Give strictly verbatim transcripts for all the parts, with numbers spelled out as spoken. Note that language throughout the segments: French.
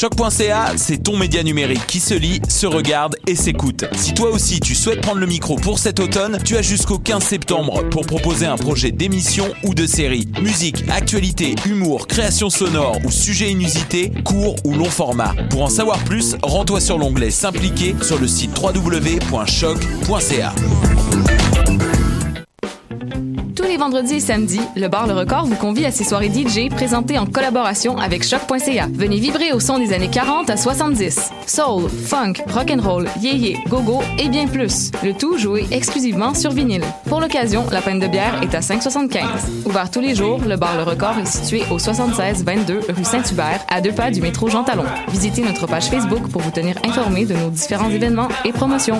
Choc point c a, c'est ton média numérique qui se lit, se regarde et s'écoute. Si toi aussi tu souhaites prendre le micro pour cet automne, tu as jusqu'au quinze septembre pour proposer un projet d'émission ou de série. Musique, actualité, humour, création sonore ou sujet inusité, court ou long format. Pour en savoir plus, rends-toi sur l'onglet S'impliquer sur le site w w w point choc point c a. Tous les vendredis et samedis, le bar Le Record vous convie à ses soirées D J présentées en collaboration avec choc point c a. Venez vibrer au son des années quarante à soixante-dix. Soul, funk, rock'n'roll, yéyé, go-go et bien plus. Le tout joué exclusivement sur vinyle. Pour l'occasion, la pinte de bière est à cinq soixante-quinze. Ouvert tous les jours, le bar Le Record est situé au soixante-seize vingt-deux rue Saint-Hubert, à deux pas du métro Jean Talon. Visitez notre page Facebook pour vous tenir informé de nos différents événements et promotions.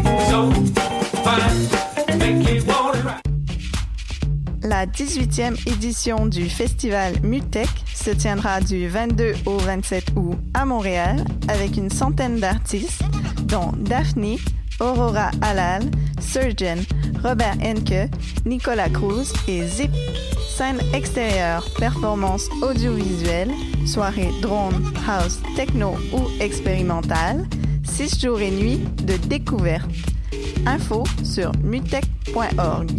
La dix-huitième édition du festival Mutech se tiendra du vingt-deux au vingt-sept août à Montréal avec une centaine d'artistes dont Daphne, Aurora Halal, Surgeon, Robert Henke, Nicolas Cruz et Zip. Scène extérieure, performance audiovisuelle, soirée drone, house, techno ou expérimentale, six jours et nuits de découverte. Info sur mutech point org.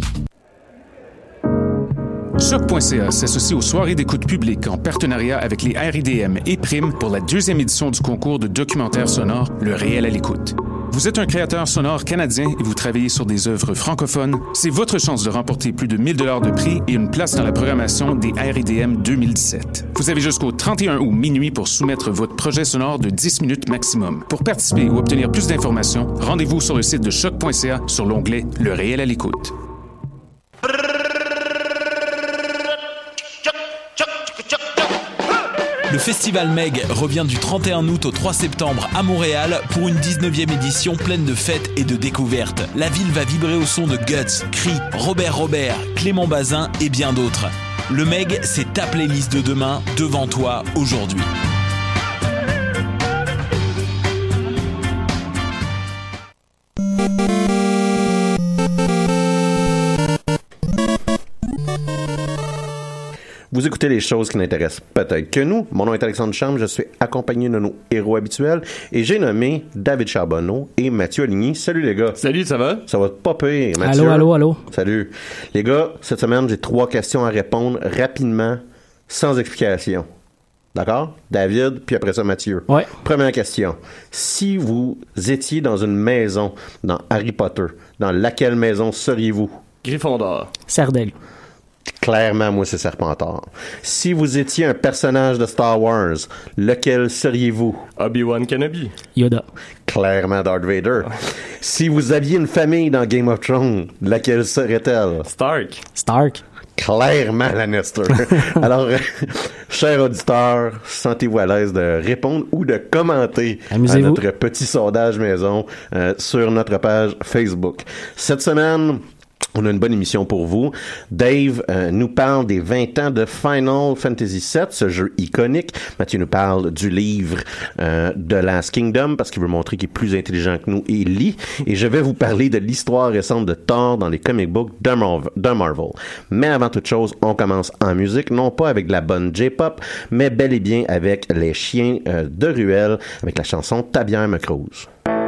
Choc point c a s'associe aux soirées d'écoute publique en partenariat avec les R I D M et Prime pour la deuxième édition du concours de documentaire sonore Le Réel à l'écoute. Vous êtes un créateur sonore canadien et vous travaillez sur des œuvres francophones, c'est votre chance de remporter plus de mille dollars de prix et une place dans la programmation des R I D M deux mille dix-sept. Vous avez jusqu'au trente et un août minuit pour soumettre votre projet sonore de dix minutes maximum. Pour participer ou obtenir plus d'informations, rendez-vous sur le site de choc point c a sur l'onglet Le Réel à l'écoute. Le Festival Meg revient du trente et un août au trois septembre à Montréal pour une dix-neuvième édition pleine de fêtes et de découvertes. La ville va vibrer au son de Guts, Cri, Robert Robert, Clément Bazin et bien d'autres. Le Meg, c'est ta playlist de demain devant toi aujourd'hui. Vous écoutez les choses qui n'intéressent peut-être que nous. Mon nom est Alexandre Chambre, je suis accompagné de nos héros habituels et j'ai nommé David Charbonneau et Mathieu Aligny. Salut les gars. Salut, ça va? Ça va pas pire, Mathieu. Allô, allô, allô. Salut. Les gars, cette semaine, j'ai trois questions à répondre rapidement, sans explication. D'accord? David, puis après ça, Mathieu. Ouais. Première question. Si vous étiez dans une maison dans Harry Potter, dans laquelle maison seriez-vous? Gryffondor. Sardaigne. Clairement, moi, c'est Serpentard. Si vous étiez un personnage de Star Wars, lequel seriez-vous? Obi-Wan Kenobi. Yoda. Clairement Darth Vader. Si vous aviez une famille dans Game of Thrones, laquelle serait-elle? Stark. Stark. Clairement Lannister. Alors, euh, chers auditeurs, sentez-vous à l'aise de répondre ou de commenter Amusez-vous. à notre petit sondage maison euh, sur notre page Facebook. Cette semaine, on a une bonne émission pour vous. Dave euh, nous parle des vingt ans de Final Fantasy sept, ce jeu iconique. Mathieu nous parle du livre euh, de Last Kingdom parce qu'il veut montrer qu'il est plus intelligent que nous et lit. Et je vais vous parler de l'histoire récente de Thor dans les comic books de, Marvel, de Marvel. Mais avant toute chose, on commence en musique, non pas avec de la bonne J-pop, mais bel et bien avec les chiens euh, de ruelle, avec la chanson Ta bière me crouse.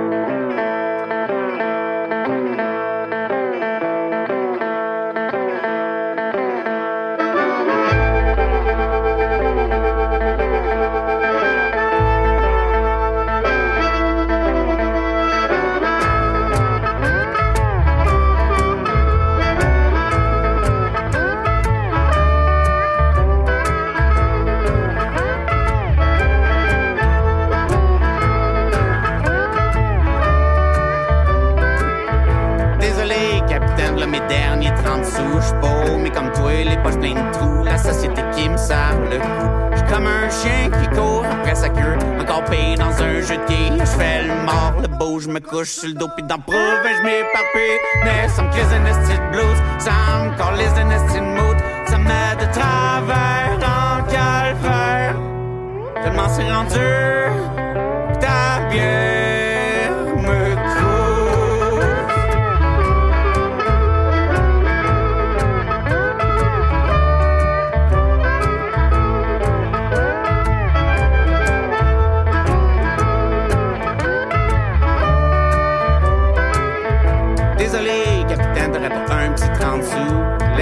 Sur le dos pis dans le province je m'éparpille. Mais ça me crise un esti de blues, ça me calisse un esti de mood, ça me met de travers en calvaire. Tellement c'est rendu que ta bière me crouse.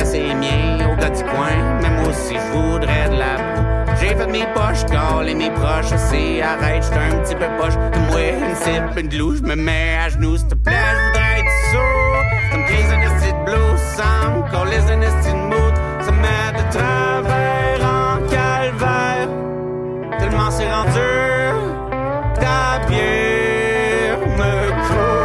c'est mien au gars du coin. Mais moi aussi, je voudrais de la boue. J'ai fait mes poches, calé mes proches. C'est arrête, j'suis un petit peu poche. Comme moi, une cible, une glou, j'me mets à genoux, s'il te plaît, j'voudrais être sourd. Ça me crise un esti de blues, ça me calisse un esti de mood. Ça me met de travers en calvaire. Tellement c'est rendu, ta bière me coûte.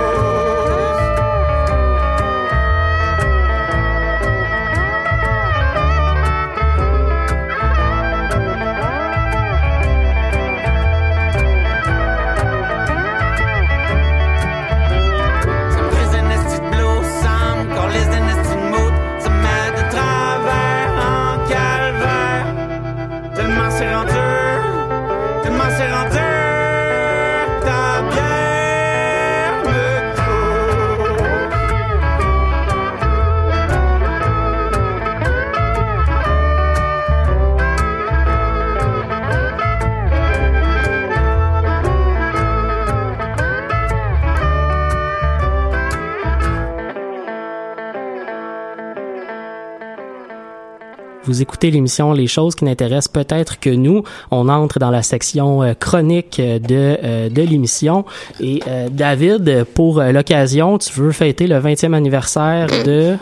Vous écoutez l'émission Les choses qui n'intéressent peut-être que nous. On entre dans la section euh, chronique de euh, de l'émission. Et euh, David, pour euh, l'occasion, tu veux fêter le vingtième anniversaire de...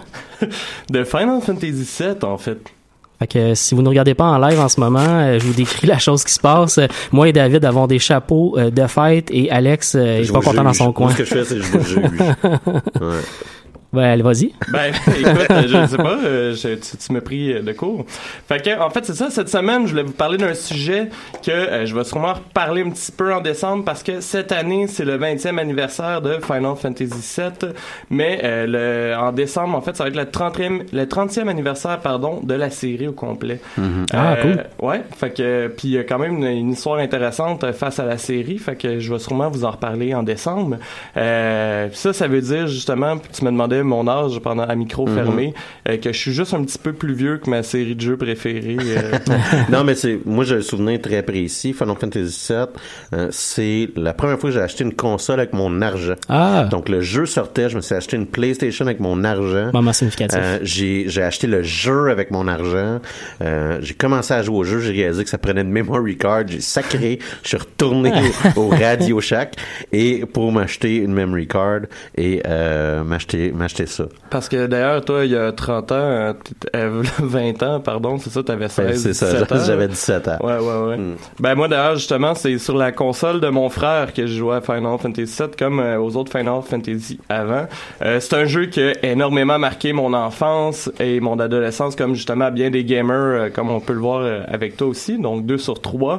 de Final Fantasy sept, en fait. Fait que si vous ne regardez pas en live en ce moment, euh, je vous décris la chose qui se passe. Moi et David avons des chapeaux euh, de fête et Alex euh, est pas content juge. Dans son coin. Moi, ce que je fais, c'est que je vous juge. Ouais. Ben, allez, vas-y. Ben, écoute, je sais pas, euh, je, tu, tu m'as pris de court. Fait que, en fait, c'est ça, cette semaine, je voulais vous parler d'un sujet que euh, je vais sûrement reparler un petit peu en décembre parce que cette année, c'est le vingtième anniversaire de Final Fantasy sept, mais euh, le, en décembre, en fait, ça va être le trentième, le trentième anniversaire, pardon, de la série au complet. Mm-hmm. Ah, euh, cool. Ouais, fait que, puis il y a quand même une, une histoire intéressante face à la série, fait que je vais sûrement vous en reparler en décembre. Euh, ça, ça veut dire, justement, tu me demandais mon âge pendant à micro mm-hmm. fermé, euh, que je suis juste un petit peu plus vieux que ma série de jeux préférée. Euh. Non, mais c'est moi j'ai un souvenir très précis. Final Fantasy sept, euh, c'est la première fois que j'ai acheté une console avec mon argent. Ah. Donc le jeu sortait, je me suis acheté une PlayStation avec mon argent. Moment significatif. Euh, j'ai j'ai acheté le jeu avec mon argent. Euh, j'ai commencé à jouer au jeu, j'ai réalisé que ça prenait une memory card, j'ai sacré, je suis retourné au Radio Shack et pour m'acheter une memory card et euh, m'acheter m'acheter ça. Parce que d'ailleurs, toi, il y a trente ans, euh, vingt ans, pardon, c'est ça, t'avais seize, c'est ça, dix-sept ans. J'avais dix-sept ans. Ouais, ouais, ouais. Mm. Ben, moi, d'ailleurs, justement, c'est sur la console de mon frère que je jouais à Final Fantasy sept, comme euh, aux autres Final Fantasy avant. Euh, c'est un jeu qui a énormément marqué mon enfance et mon adolescence, comme justement bien des gamers, euh, comme on peut le voir euh, avec toi aussi, donc deux sur trois.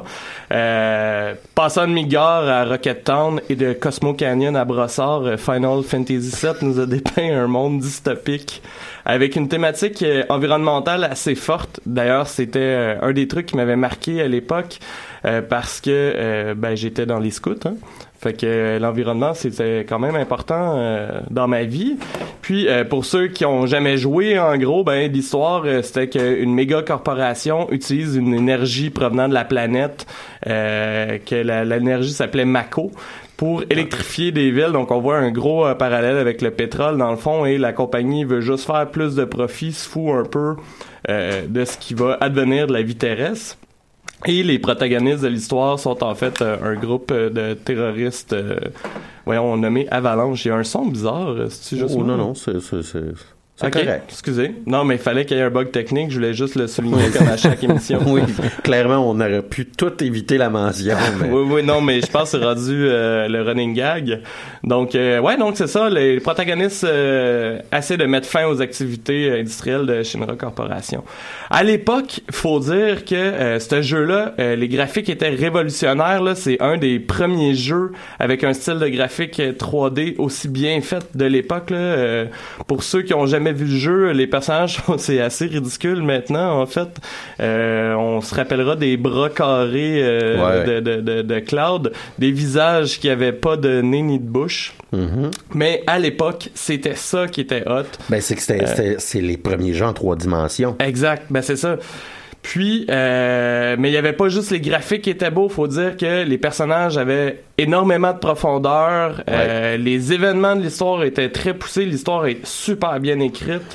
Euh, passant de Midgar à Rocket Town et de Cosmo Canyon à Brossard, euh, Final Fantasy sept nous a dépeint un monde dystopique avec une thématique euh, environnementale assez forte. D'ailleurs, c'était euh, un des trucs qui m'avait marqué à l'époque euh, parce que euh, ben j'étais dans les scouts, hein. Fait que euh, l'environnement, c'était quand même important euh, dans ma vie. Puis, euh, pour ceux qui ont jamais joué, en gros, ben l'histoire, euh, c'était qu'une méga corporation utilise une énergie provenant de la planète, euh, que la, l'énergie s'appelait Mako, pour électrifier des villes. Donc, on voit un gros euh, parallèle avec le pétrole, dans le fond, et la compagnie veut juste faire plus de profit, se fout un peu euh, de ce qui va advenir de la vie terrestre. Et les protagonistes de l'histoire sont en fait euh, un groupe euh, de terroristes, euh, voyons, nommé Avalanche. Il y a un son bizarre, euh, c'est-tu juste Oh moi? non, non, c'est... c'est, c'est... C'est okay. correct. Excusez. Non, mais il fallait qu'il y ait un bug technique. Je voulais juste le souligner comme à chaque émission. Oui, clairement, on aurait pu tout éviter la mention. Mais... oui, oui, non, mais je pense que c'est rendu euh, le running gag. Donc, euh, ouais, donc c'est ça. Les protagonistes euh, essaient de mettre fin aux activités industrielles de Shinra Corporation. À l'époque, faut dire que euh, ce jeu-là, euh, les graphiques étaient révolutionnaires. Là, c'est un des premiers jeux avec un style de graphique trois D aussi bien fait de l'époque. Là, euh, pour ceux qui ont jamais vu le jeu, les personnages, c'est assez ridicule maintenant, en fait. Euh, on se rappellera des bras carrés euh, ouais. de, de, de, de Cloud, des visages qui avaient pas de nez ni de bouche. Mm-hmm. Mais à l'époque, c'était ça qui était hot. Ben, c'est que c'était, euh, c'était, c'est les premiers jeux en trois dimensions. Exact, ben c'est ça. Puis, euh, mais il y avait pas juste les graphiques qui étaient beaux, faut dire que les personnages avaient énormément de profondeur, ouais. euh, les événements de l'histoire étaient très poussés, l'histoire est super bien écrite.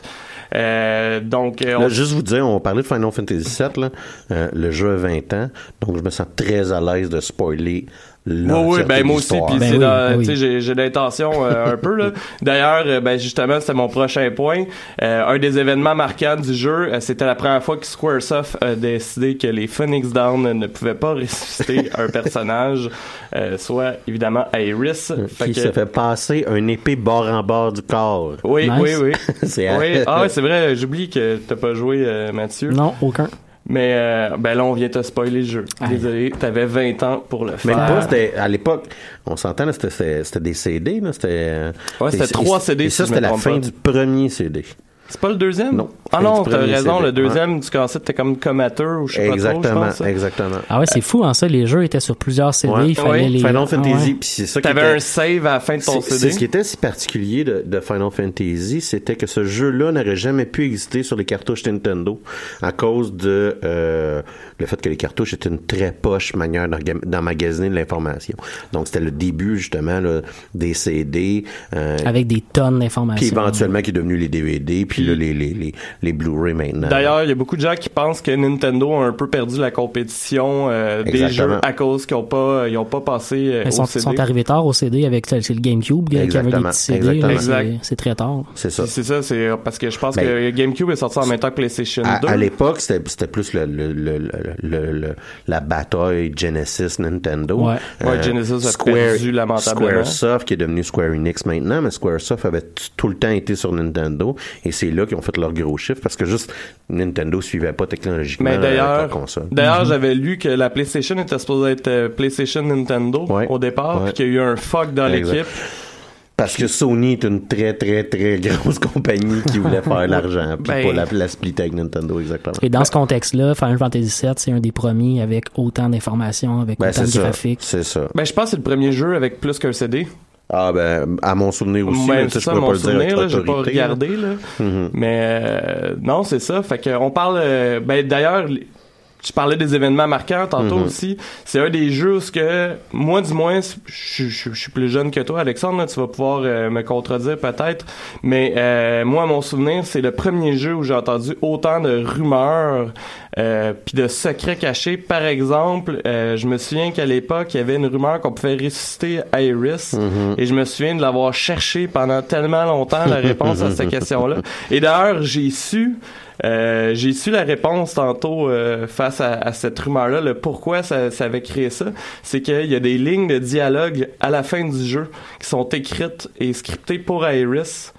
Euh, donc, euh, là, on... juste vous dire, on parlait de Final Fantasy sept, là, euh, le jeu a vingt ans, donc je me sens très à l'aise de spoiler. Oui, oui, ben moi aussi, puis Ben c'est oui, dans, oui. tu sais, j'ai, j'ai l'intention euh, un peu là. D'ailleurs, euh, ben justement, c'était mon prochain point. Euh, un des événements marquants du jeu, euh, c'était la première fois que Squaresoft a décidé que les Phoenix Down ne pouvaient pas ressusciter un personnage, euh, soit évidemment Iris, Qui fait que... se fait passer un épée bord en bord du corps. Oui, Nice. oui, oui. c'est oui. Ah, ouais, c'est vrai. J'oublie que t'as pas joué, euh, Mathieu. Non, aucun. Mais euh, ben là, on vient te spoiler le jeu. Aïe. Désolé, t'avais vingt ans pour le faire. Même pas, c'était, à l'époque, on s'entend, là, c'était, c'était, c'était des C D, là, c'était... Ouais, c'était et- trois C D, Et si ça, je me c'était la trompe fin pas. du premier C D. C'est pas le deuxième? Non. Ah C'est non, du t'as premier raison, C D. le deuxième du cassette, t'es comme commateur ou je sais pas trop, je Exactement, pense. exactement. Ah ouais, c'est fou, hein, ça. Les jeux étaient sur plusieurs C D. Ouais. Il fallait Ouais. les... Final Ah Fantasy, ouais. puis c'est ça qui T'avais était... un save à la fin de ton C'est, C D. c'est ce qui était si particulier de, de Final Fantasy, c'était que ce jeu-là n'aurait jamais pu exister sur les cartouches Nintendo à cause de euh, le fait que les cartouches étaient une très poche manière d'orga- d'emmagasiner de l'information. Donc c'était le début justement là, des C D, euh, Avec des tonnes d'informations. puis éventuellement qui est devenu les D V D, puis là les les les, les Blu-ray maintenant. D'ailleurs, il y a beaucoup de gens qui pensent que Nintendo a un peu perdu la compétition euh, des Exactement. jeux à cause qu'ils ont pas, ils ont pas passé euh, Ils sont, au C D. sont arrivés tard au C D avec le, c'est le GameCube qui avait Exactement, des petits C D. exactement. là, Exact. c'est, c'est très tard. C'est ça. Puis c'est ça, c'est parce que je pense Ben, que GameCube est sorti en même temps que PlayStation À, deux. à l'époque, c'était, c'était plus le, le, le, le, le, le- la bataille Genesis Nintendo. Ouais. Ouais, Genesis a perdu lamentablement. Squaresoft qui est devenu Square Enix maintenant, mais Squaresoft avait t- tout le temps été sur Nintendo et c'est là qu'ils ont fait leur gros chiffre parce que juste Nintendo suivait pas technologiquement Mais avec d'ailleurs, leur console. d'ailleurs, j'avais lu que la PlayStation était supposée être euh, PlayStation Nintendo Ouais. au départ, Ouais. puis qu'il y a eu un fuck dans Exact. l'équipe. Parce que Sony est une très très très grosse compagnie qui voulait faire l'argent puis Ben- pas la, la splitter avec Nintendo exactement. Et dans ce contexte-là, Final Fantasy sept, c'est un des premiers avec autant d'informations, avec Ben, autant c'est de ça, graphiques. c'est ça. Ben, je pense que c'est le premier jeu avec plus qu'un C D. Ah ben à mon souvenir aussi, Ben, là, c'est tu sais, ça, je peux mon pas le dire avec souvenir, là, j'ai pas autorité, là. regardé, là. Mhm. Mais euh, non, c'est ça. Fait que on parle. euh, ben d'ailleurs, les- je parlais des événements marquants tantôt Mhm. aussi. C'est un des jeux où ce que moi, du moins, je je- je suis plus jeune que toi, Alexandre. Là, tu vas pouvoir euh, me contredire peut-être. Mais euh, moi, à mon souvenir, c'est le premier jeu où j'ai entendu autant de rumeurs. Euh, puis de secrets cachés. Par exemple, euh, je me souviens qu'à l'époque, il y avait une rumeur qu'on pouvait ressusciter Iris, Mhm. et je me souviens de l'avoir cherché pendant tellement longtemps la réponse à cette question-là. Et d'ailleurs, j'ai su, euh, j'ai su la réponse tantôt euh, face à, à cette rumeur-là, le pourquoi ça, ça avait créé ça. C'est qu'il y a des lignes de dialogue à la fin du jeu qui sont écrites et scriptées pour Iris.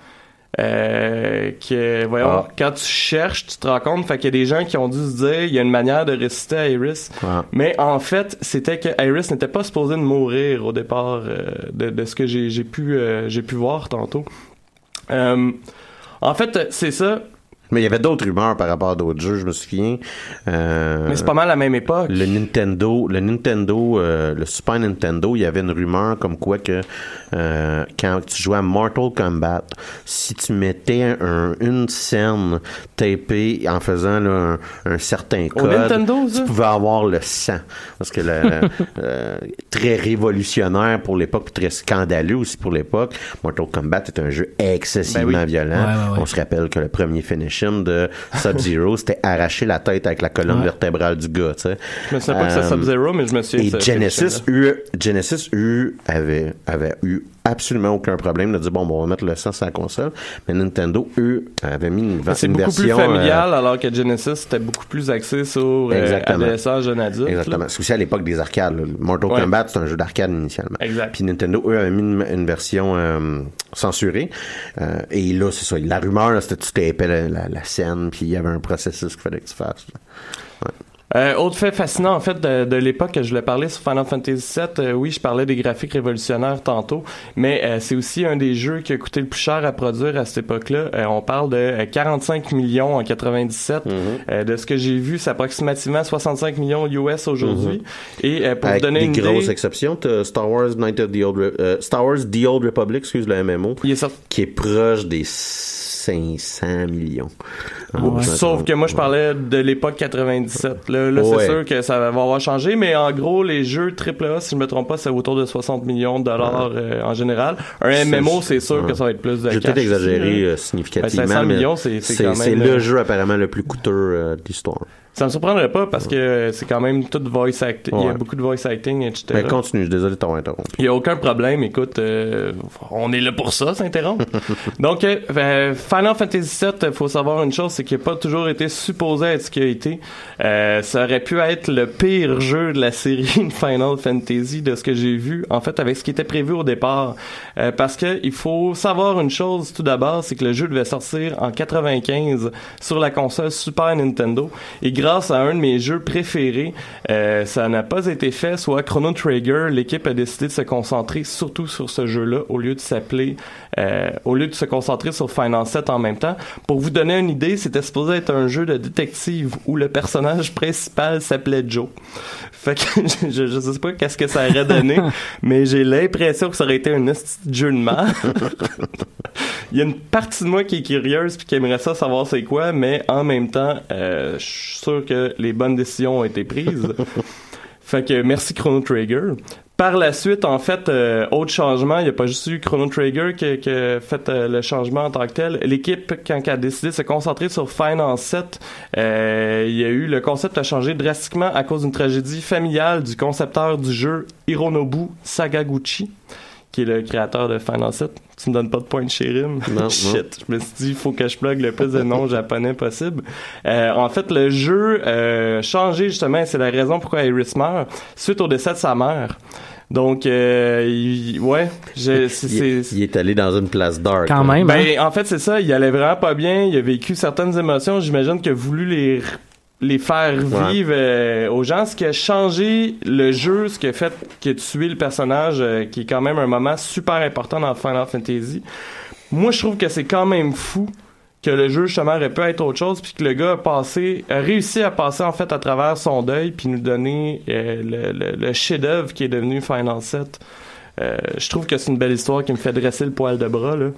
Euh, que, voyons, Ah. quand tu cherches, tu te rends compte, fait qu'il y a des gens qui ont dû se dire, il y a une manière de ressusciter Iris. Ah. Mais en fait, c'était que Iris n'était pas supposée de mourir au départ, euh, de, de ce que j'ai, j'ai pu, euh, j'ai pu voir tantôt. Euh, en fait, c'est ça. Mais il y avait d'autres rumeurs par rapport à d'autres jeux, je me souviens. Euh, Mais c'est pas mal la même époque. Le Nintendo, le Nintendo, euh, le Super Nintendo, il y avait une rumeur comme quoi que euh, quand tu jouais à Mortal Kombat, si tu mettais un, une scène tapée en faisant là, un, un certain Au code, Nintendo, ça? tu pouvais avoir le sang. Parce que le, euh, très révolutionnaire pour l'époque, puis très scandaleux aussi pour l'époque. Mortal Kombat est un jeu excessivement Ben oui. violent. Ouais, ouais, ouais. On se rappelle que le premier finish de Sub-Zero, c'était arracher la tête avec la colonne Ouais. vertébrale du gars, tu sais. Je me souviens pas que Euh, c'est Sub-Zero, mais je me souviens Et de ce Genesis, finish-là. eu, Genesis eu, avait, avait eu absolument aucun problème de dire bon, bon on va mettre le sang sur la console, mais Nintendo, eux, avait mis une, Mais c'est une beaucoup version... plus euh, familial, alors que Genesis c'était beaucoup plus axé sur euh, Exactement. adolescents, jeunes adultes. Exactement. là. C'est aussi à l'époque des arcades. là. Mortal Ouais. Kombat, c'est un jeu d'arcade initialement. Exact. Puis Nintendo, eux, avaient mis une, une version euh, censurée. Euh, et là, c'est ça. La rumeur, là, c'était que tu tapais la, la, la scène, puis il y avait un processus qu'il fallait que tu fasses. là. Ouais. Euh, autre fait fascinant, en fait, de, de l'époque que je voulais parler sur Final Fantasy sept, euh, oui, je parlais des graphiques révolutionnaires tantôt, mais euh, c'est aussi un des jeux qui a coûté le plus cher à produire à cette époque-là. Euh, on parle de euh, quarante-cinq millions en quatre-vingt-dix-sept. Mm-hmm. Euh, de ce que j'ai vu, c'est approximativement soixante-cinq millions U S aujourd'hui. Et euh, pour Avec vous donner des une grosses idée, exceptions, t'as Star Wars Knight of the Old Re- euh, Star Wars The Old Republic, excuse le M M O, il est sorti. qui est proche des cinq cents millions. Ah ouais. Sauf que moi, je parlais de l'époque quatre-vingt-dix-sept. Là, là ouais. c'est sûr que ça va avoir changé, mais en gros, les jeux triple A, si je me trompe pas, c'est autour de soixante millions de dollars euh, en général. Un M M O, c'est sûr ouais. que ça va être plus de J'ai cash. peut-être exagéré euh, ben, significativement, cinq cents millions, c'est, c'est, c'est, quand même... c'est le euh, jeu apparemment le plus coûteux euh, de l'histoire. Ça me surprendrait pas parce que c'est quand même tout voice acting. Ouais. Il y a beaucoup de voice acting, et cetera. Mais continue, je suis désolé de t'avoir interrompu. Il y a aucun problème. Écoute, euh, on est là pour ça, s'interrompre. Donc, euh, Final Fantasy sept, il faut savoir une chose, c'est qu'il n'a pas toujours été supposé être ce qu'il a été. Euh, ça aurait pu être le pire jeu de la série Final Fantasy de ce que j'ai vu, en fait, avec ce qui était prévu au départ. Euh, parce que il faut savoir une chose tout d'abord, c'est que le jeu devait sortir en quatre-vingt-quinze sur la console Super Nintendo. Et grâce à un de mes jeux préférés, euh, ça n'a pas été fait, soit Chrono Trigger, l'équipe a décidé de se concentrer surtout sur ce jeu-là au lieu de s'appeler, euh, au lieu de se concentrer sur Final sept en même temps. Pour vous donner une idée, c'était supposé être un jeu de détective où le personnage principal s'appelait Joe. Fait que je, je sais pas qu'est-ce que ça aurait donné, mais j'ai l'impression que ça aurait été un jeu de merde. Il y a une partie de moi qui est curieuse puis qui aimerait ça savoir c'est quoi, mais en même temps, euh, je suis sûr que les bonnes décisions ont été prises. Fait que merci Chrono Trigger. Par la suite, en fait, euh, autre changement, il n'y a pas juste eu Chrono Trigger qui, qui a fait euh, le changement en tant que tel. L'équipe, quand elle a décidé de se concentrer sur Final sept, euh, il y a eu, le concept a changé drastiquement à cause d'une tragédie familiale du concepteur du jeu Hironobu Sakaguchi, qui est le créateur de Final sept. Tu me donnes pas de point de chez Rim? Non, Shit. non. Je me suis dit, il faut que je plug le plus de noms japonais possible. Euh, en fait, le jeu euh, changé, justement, c'est la raison pourquoi Iris meurt, suite au décès de sa mère. Donc, euh, il, ouais, je, c'est, il, c'est, il est allé dans une place dark. Quand là. même, ben, hein? en fait, c'est ça. Il allait vraiment pas bien. Il a vécu certaines émotions. J'imagine qu'il a voulu les les faire vivre euh, aux gens, ce qui a changé le jeu, ce qui a fait qui a tué le personnage, euh, qui est quand même un moment super important dans Final Fantasy. Moi, je trouve que c'est quand même fou que le jeu, justement, aurait pu être autre chose, puis que le gars a passé, a réussi à passer, en fait, à travers son deuil, puis nous donner euh, le, le, le chef-d'œuvre qui est devenu Final sept. Euh, je trouve que c'est une belle histoire qui me fait dresser le poil de bras, là.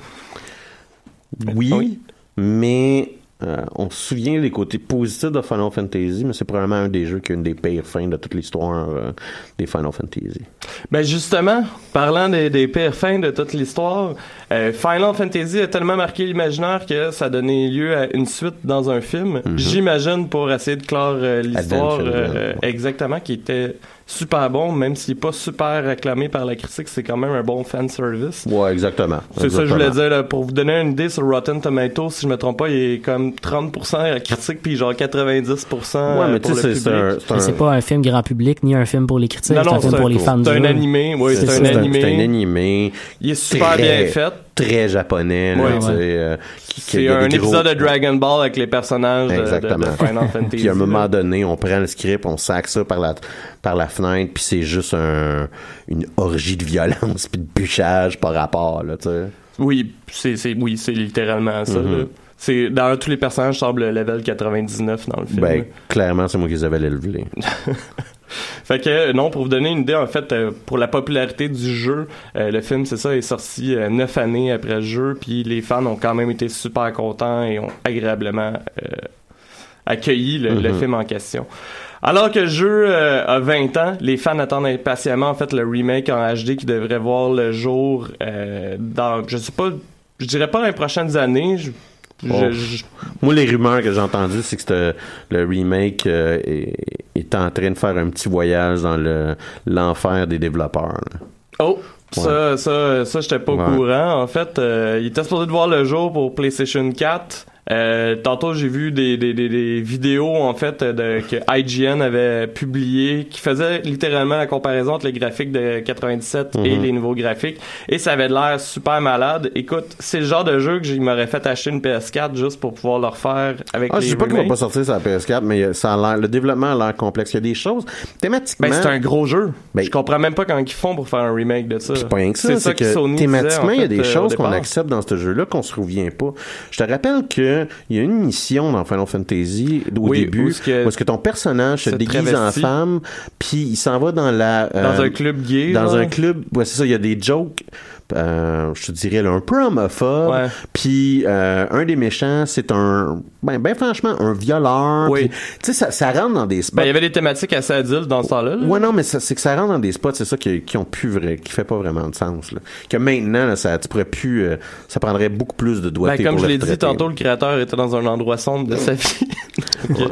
Oui, oui. mais... Euh, on se souvient des côtés positifs de Final Fantasy, mais c'est probablement un des jeux qui a une des pires fins de toute l'histoire euh, des Final Fantasy. Ben justement, parlant des, des pires fins de toute l'histoire, euh, Final Fantasy a tellement marqué l'imaginaire que ça a donné lieu à une suite dans un film, mm-hmm. j'imagine pour essayer de clore euh, l'histoire euh, exactement, qui était super bon, même s'il n'est pas super acclamé par la critique, c'est quand même un bon fan service. Ouais, exactement. C'est exactement. ça que je voulais dire, là, pour vous donner une idée sur Rotten Tomatoes, si je me trompe pas, il est comme trente pour cent à la critique puis genre quatre-vingt-dix pour cent ouais, mais pour le c'est, public. C'est, un, c'est, un... mais c'est pas un film grand public ni un film pour les critiques, non, c'est non, un film c'est pour un, les fans du jeu. jeu. C'est un animé, oui, c'est, c'est, un, c'est animé. C'est un animé. Il est super très, bien fait. Très japonais. Là, ouais, ouais. Euh, qui, c'est qui un gros... épisode de Dragon Ball avec les personnages de, de, de Final Fantasy. Puis à un moment donné, on prend le script, on sac ça par la, par la fenêtre, puis c'est juste un, une orgie de violence puis de bûchage par rapport, là, tu sais. Oui, c'est, c'est, oui, c'est littéralement ça, mm-hmm. là. C'est, d'ailleurs, tous les personnages semblent level quatre-vingt-dix-neuf dans le film. Ben, clairement, c'est moi qui les avais élevés. Fait que, non, pour vous donner une idée, en fait, euh, pour la popularité du jeu, euh, le film, c'est ça, est sorti euh, neuf années après le jeu, puis les fans ont quand même été super contents et ont agréablement euh, accueilli le, mm-hmm. le film en question. Alors que le jeu euh, a vingt ans, les fans attendent impatiemment, en fait, le remake en H D qui devrait voir le jour euh, dans, je sais pas, je dirais pas dans les prochaines années, je, Oh. Je, je... Moi, les rumeurs que j'ai entendues, c'est que c'était, le remake euh, est, est en train de faire un petit voyage dans le, l'enfer des développeurs. Là. Oh! Ouais. Ça, ça, ça, j'étais pas au ouais. courant. En fait, euh, il était supposé de voir le jour pour PlayStation quatre. Euh, tantôt, j'ai vu des, des, des, des vidéos, en fait, de, que I G N avait publiées, qui faisaient littéralement la comparaison entre les graphiques de quatre-vingt-dix-sept mm-hmm. et les nouveaux graphiques. Et ça avait l'air super malade. Écoute, c'est le genre de jeu que je m'aurais fait acheter une P S quatre juste pour pouvoir le refaire avec ah, les je sais pas remakes. qu'il va pas sortir sur la P S quatre, mais ça a l'air, le développement a l'air complexe. Il y a des choses, thématiquement... Ben, c'est un gros jeu. Ben, je comprends même pas comment ils font pour faire un remake de ça. C'est pas rien que ça. C'est, c'est ça que, que Sony thématiquement, disait, il y a des fait, choses euh, qu'on accepte dans ce jeu-là qu'on se souvient pas. Je te rappelle que il y a une mission dans Final Fantasy au oui, début où est-ce que, où est-ce que ton personnage se déguise travesti. en femme, puis il s'en va dans la... Euh, dans un club gay. Dans ouais. un club... Ouais, c'est ça, il y a des jokes... euh, je te dirais, là, un peu homophobe. Ouais. Puis euh, un des méchants, c'est un, ben, ben franchement, un violeur. Oui. Tu sais, ça, ça rentre dans des spots. Ben, il y avait des thématiques assez adultes dans ce temps-là. Là. Ouais, non, mais ça, c'est que ça rentre dans des spots, c'est ça qui, qui ont plus vrai, qui fait pas vraiment de sens. Là. Que maintenant, là, ça, tu pourrais plus, euh, ça prendrait beaucoup plus de doigté Ben, comme pour je le l'ai dit traiter. tantôt, le créateur était dans un endroit sombre de sa vie. Okay.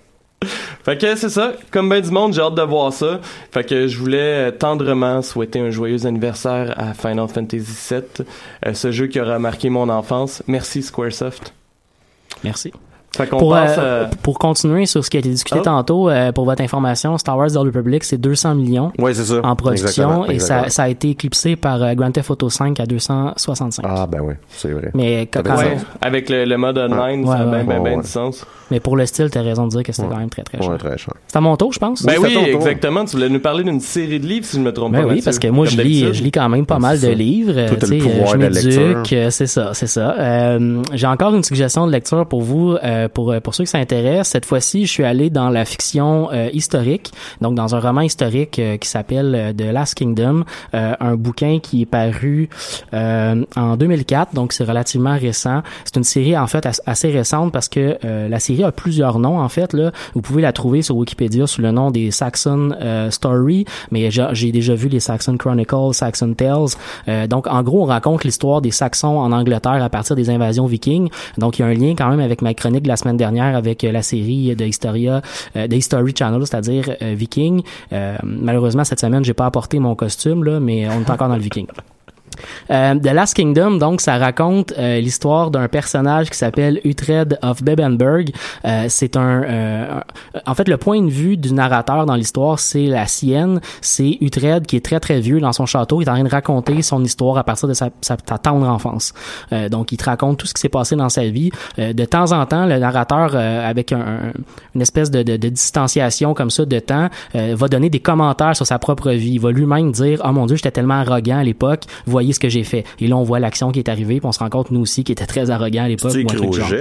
Fait que c'est ça, comme ben du monde, j'ai hâte de voir ça. Fait que je voulais tendrement souhaiter un joyeux anniversaire à Final Fantasy sept, euh, ce jeu qui aura marqué mon enfance. Merci Squaresoft. Merci. Fait qu'on Pour, passe euh, à... pour continuer sur ce qui a été discuté Oh. tantôt, euh, pour votre information, Star Wars The Old Republic, c'est deux cents millions Ouais, c'est ça. en production Exactement, et exactement. ça, ça a été éclipsé par euh, Grand Theft Auto cinq à deux cent soixante-cinq. Ah, ben oui, c'est vrai. Mais, quand- T'as quand- raison. Ouais, avec le, le mode online, Ouais, ça a ouais, bien, bien, ouais, bien ouais. du sens. mais pour le style, t'as raison de dire que c'était Ouais. quand même très très cher. Ouais, très cher. C'est à mon tour, je pense? Ben Oui, oui, c'est à ton tour. exactement. Tu voulais nous parler d'une série de livres, si je me trompe Ben pas. oui, Mathieu, parce que moi, comme je lis, d'habitude. je lis quand même pas Ouais, mal c'est de ça. livres. Toi, t'as Tu le sais, pouvoir je de la lecture. m'éduque, euh, c'est ça, c'est ça. Euh, j'ai encore une suggestion de lecture pour vous, euh, pour pour ceux qui s'intéressent. Cette fois-ci, je suis allé dans la fiction euh, historique, donc dans un roman historique euh, qui s'appelle euh, The Last Kingdom, euh, un bouquin qui est paru euh, en deux mille quatre, donc c'est relativement récent. C'est une série en fait as- assez récente parce que euh, la série a plusieurs noms en fait. Là, vous pouvez la trouver sur Wikipédia sous le nom des Saxon euh, Story, mais j'ai, j'ai déjà vu les Saxon Chronicles, Saxon Tales. Euh, donc en gros, on raconte l'histoire des Saxons en Angleterre à partir des invasions vikings. Donc il y a un lien quand même avec ma chronique de la semaine dernière avec euh, la série de Historia, euh, de History Channel, c'est-à-dire euh, Viking. Euh, malheureusement cette semaine, j'ai pas apporté mon costume là, mais on est encore dans le Viking. Euh, The Last Kingdom, donc, ça raconte euh, l'histoire d'un personnage qui s'appelle Uhtred of Bebbanburg. Euh, c'est un, euh, un... En fait, le point de vue du narrateur dans l'histoire, c'est la sienne. C'est Uhtred qui est très, très vieux dans son château. Il est en train de raconter son histoire à partir de sa, sa, sa tendre enfance. Euh, donc, il te raconte tout ce qui s'est passé dans sa vie. Euh, de temps en temps, le narrateur, euh, avec un, un, une espèce de, de, de distanciation comme ça de temps, euh, va donner des commentaires sur sa propre vie. Il va lui-même dire « Oh mon Dieu, j'étais tellement arrogant à l'époque. Voyez ce que j'ai fait. » Et là, on voit l'action qui est arrivée, puis on se rend compte, nous aussi, qui était très arrogant à l'époque. C'est ou un écrit truc au du genre. jet?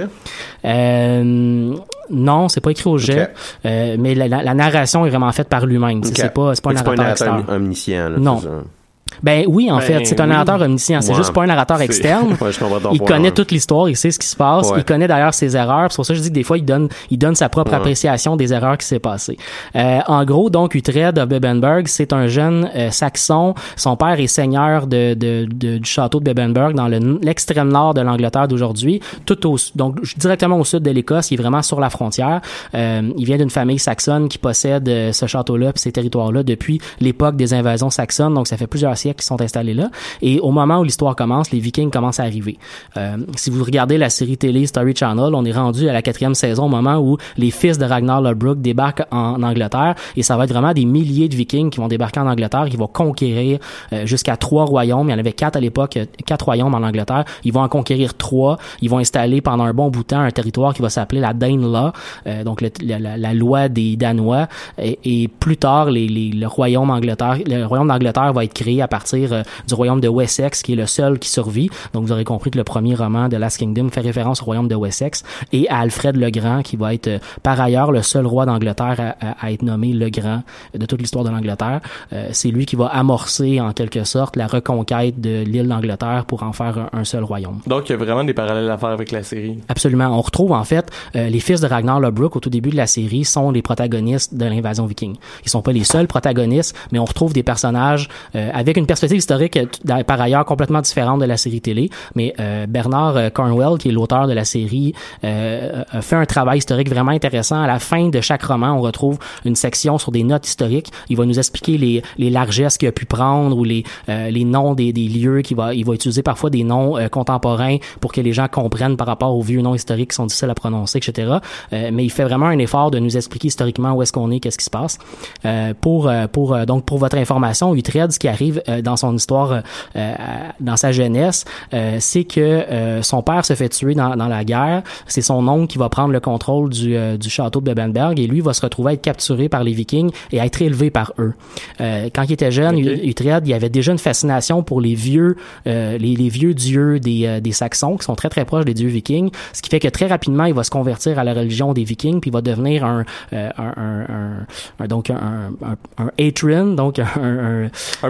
Euh, non, c'est pas écrit au jet, Ok. euh, mais la, la, la narration est vraiment faite par lui-même. C'est- Ok. C'est pas, c'est pas un Fait que narrateur externe. narrateur omniscient, là, Non. c'est ça. Ben oui, en Ben, fait, c'est un oui. narrateur omniscient. C'est Ouais. juste pas un narrateur C'est- externe. Ouais, je comprends ton Il point, connaît ouais. toute l'histoire, il sait ce qui se passe, Ouais. il connaît d'ailleurs ses erreurs. C'est pour ça que je dis que des fois, il donne, il donne sa propre Ouais. appréciation des erreurs qui s'est passées. Euh, en gros, donc, Uhtred of Bebbanburg, c'est un jeune euh, saxon. Son père est seigneur de, de, de- du château de Bebbanburg dans le, l'extrême nord de l'Angleterre d'aujourd'hui, tout au, donc directement au sud de l'Écosse. Il est vraiment sur la frontière. Euh, il vient d'une famille saxonne qui possède euh, ce château-là puis ces territoires-là depuis l'époque des invasions saxonnes. Donc, ça fait plusieurs siècles qu'ils sont installés là. Et au moment où l'histoire commence, les Vikings commencent à arriver. Euh, si vous regardez la série télé History Channel, on est rendu à la quatrième saison au moment où les fils de Ragnar Lodbrok débarquent en Angleterre et ça va être vraiment des milliers de Vikings qui vont débarquer en Angleterre, qui vont conquérir euh, jusqu'à trois royaumes. Il y en avait quatre à l'époque, euh, quatre royaumes en Angleterre. Ils vont en conquérir trois. Ils vont installer pendant un bon bout de temps un territoire qui va s'appeler la Danelaw, euh, donc le, la, la, la loi des Danois. Et, et plus tard, les, les, le royaume Angleterre, le royaume d'Angleterre va être créé à partir euh, du royaume de Wessex, qui est le seul qui survit. Donc, vous aurez compris que le premier roman de Last Kingdom fait référence au royaume de Wessex et à Alfred le Grand, qui va être, euh, par ailleurs, le seul roi d'Angleterre à, à, à être nommé le Grand de toute l'histoire de l'Angleterre. Euh, c'est lui qui va amorcer, en quelque sorte, la reconquête de l'île d'Angleterre pour en faire un, un seul royaume. Donc, il y a vraiment des parallèles à faire avec la série. Absolument. On retrouve, en fait, euh, les fils de Ragnar Lodbrok, au tout début de la série, sont les protagonistes de l'invasion viking. Ils sont pas les seuls protagonistes, mais on retrouve des personnages euh, avec une perspective historique, euh, par ailleurs, complètement différente de la série télé. Mais euh, Bernard euh, Cornwell, qui est l'auteur de la série, euh, a fait un travail historique vraiment intéressant. À la fin de chaque roman, on retrouve une section sur des notes historiques. Il va nous expliquer les, les largesses qu'il a pu prendre ou les, euh, les noms des, des lieux qu'il va, il va utiliser parfois des noms euh, contemporains pour que les gens comprennent par rapport aux vieux noms historiques qui sont difficiles à prononcer, et cetera. Euh, mais il fait vraiment un effort de nous expliquer historiquement où est-ce qu'on est, qu'est-ce qui se passe. Euh, pour, euh, pour, euh, donc, pour votre information, Uhtred, ce qui arrive euh, dans son histoire, euh, dans sa jeunesse, euh, c'est que euh, son père se fait tuer dans, dans la guerre. C'est son oncle qui va prendre le contrôle du, euh, du château de Bebbanburg et lui va se retrouver à être capturé par les Vikings et à être élevé par eux. Euh, quand il était jeune, Okay. Uhtred, il avait déjà une fascination pour les vieux, euh, les, les vieux dieux des, euh, des Saxons qui sont très très proches des dieux Vikings, ce qui fait que très rapidement il va se convertir à la religion des Vikings puis il va devenir un, euh, un, un, un, un donc un, un, un Atrian, donc un, un, Un païen. un,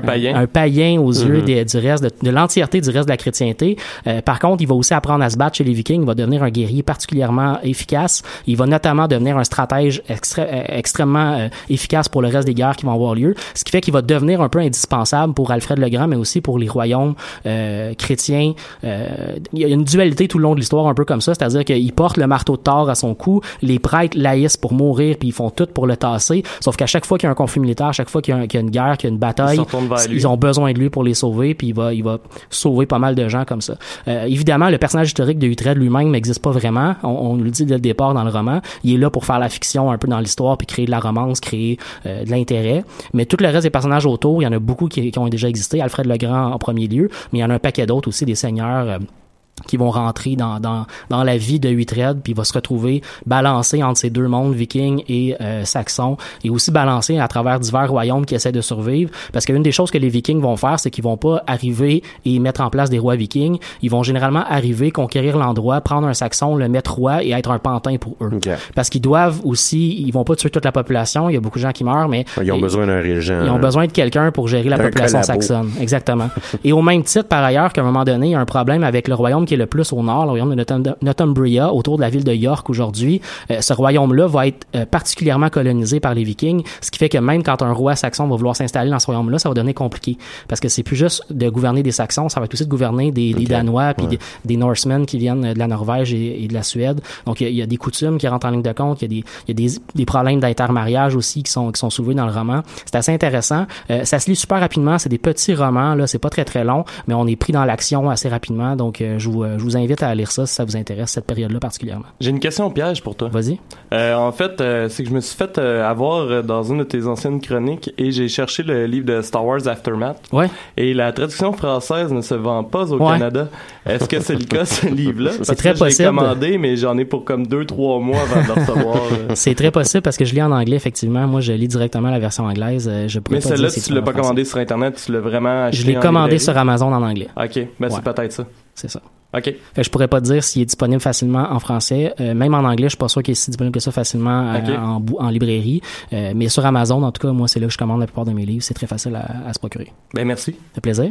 païen aux yeux Mm-hmm. des, du reste, de, de l'entièreté du reste de la chrétienté. Euh, par contre, il va aussi apprendre à se battre chez les Vikings. Il va devenir un guerrier particulièrement efficace. Il va notamment devenir un stratège extré- euh, extrêmement euh, efficace pour le reste des guerres qui vont avoir lieu. Ce qui fait qu'il va devenir un peu indispensable pour Alfred le Grand, mais aussi pour les royaumes euh, chrétiens. Euh, il y a une dualité tout le long de l'histoire un peu comme ça, c'est-à-dire qu'il porte le marteau de Thor à son cou, les prêtres l'haïssent pour mourir, puis ils font tout pour le tasser, sauf qu'à chaque fois qu'il y a un conflit militaire, à chaque fois qu'il y a, un, qu'il y a une guerre, qu'il y a une bataille, ils, ils ont besoin de lui pour les sauver, puis il va, il va sauver pas mal de gens comme ça. Euh, évidemment, le personnage historique de Uhtred lui-même n'existe pas vraiment, on, on le dit dès le départ dans le roman, il est là pour faire la fiction un peu dans l'histoire, puis créer de la romance, créer euh, de l'intérêt, mais tout le reste des personnages autour, il y en a beaucoup qui, qui ont déjà existé, Alfred le Grand en premier lieu, mais il y en a un paquet d'autres aussi, des seigneurs euh, qui vont rentrer dans dans dans la vie de Uhtred, puis il va se retrouver balancé entre ces deux mondes, vikings et euh, saxons, et aussi balancé à travers divers royaumes qui essaient de survivre, parce qu'une des choses que les vikings vont faire, c'est qu'ils vont pas arriver et mettre en place des rois vikings, ils vont généralement arriver, conquérir l'endroit, prendre un saxon, le mettre roi et être un pantin pour eux. Okay. Parce qu'ils doivent aussi, ils vont pas tuer toute la population, il y a beaucoup de gens qui meurent, mais ils ont et, besoin d'un régent. Ils ont besoin de quelqu'un pour gérer la population collabo. saxonne. Exactement. Et au même titre, par ailleurs, qu'à un moment donné, il y a un problème avec le royaume qui est le plus au nord, le royaume de Northumbria, autour de la ville de York aujourd'hui. Euh, ce royaume-là va être euh, particulièrement colonisé par les Vikings, ce qui fait que même quand un roi saxon va vouloir s'installer dans ce royaume-là, ça va devenir compliqué. Parce que c'est plus juste de gouverner des Saxons, ça va être aussi de gouverner des, okay. des Danois, puis ouais. des, des Norsemen qui viennent de la Norvège et, et de la Suède. Donc, il y, y a des coutumes qui rentrent en ligne de compte, il y a, des, y a des, des problèmes d'intermariage aussi qui sont, qui sont soulevés dans le roman. C'est assez intéressant. Euh, ça se lit super rapidement, c'est des petits romans, là, c'est pas très très long, mais on est pris dans l'action assez rapidement, donc euh, je, vous, euh, je vous invite à lire ça si ça vous intéresse, cette période-là particulièrement. J'ai une question piège pour toi. Vas-y. Euh, en fait, euh, c'est que je me suis fait euh, avoir dans une de tes anciennes chroniques et j'ai cherché le livre de Star Wars Aftermath. Ouais. Et la traduction française ne se vend pas au ouais. Canada. Est-ce que c'est le cas, ce livre-là? C'est très que possible. Je l'ai commandé, mais j'en ai pour comme deux, trois mois avant de le recevoir. C'est très possible parce que je lis en anglais, effectivement. Moi, je lis directement la version anglaise. Je mais celle-là, si tu l'as pas commandé sur Internet, tu l'as vraiment acheté. Je l'ai commandé sur Amazon en anglais. OK. Ben, ouais. c'est peut-être ça. C'est ça. OK. Fait que je pourrais pas te dire s'il est disponible facilement en français. Euh, même en anglais, je suis pas sûr qu'il est si disponible que ça facilement euh, okay. en, en librairie. Euh, mais sur Amazon, en tout cas, moi, c'est là que je commande la plupart de mes livres. C'est très facile à, à se procurer. Ben, merci. Ça fait plaisir.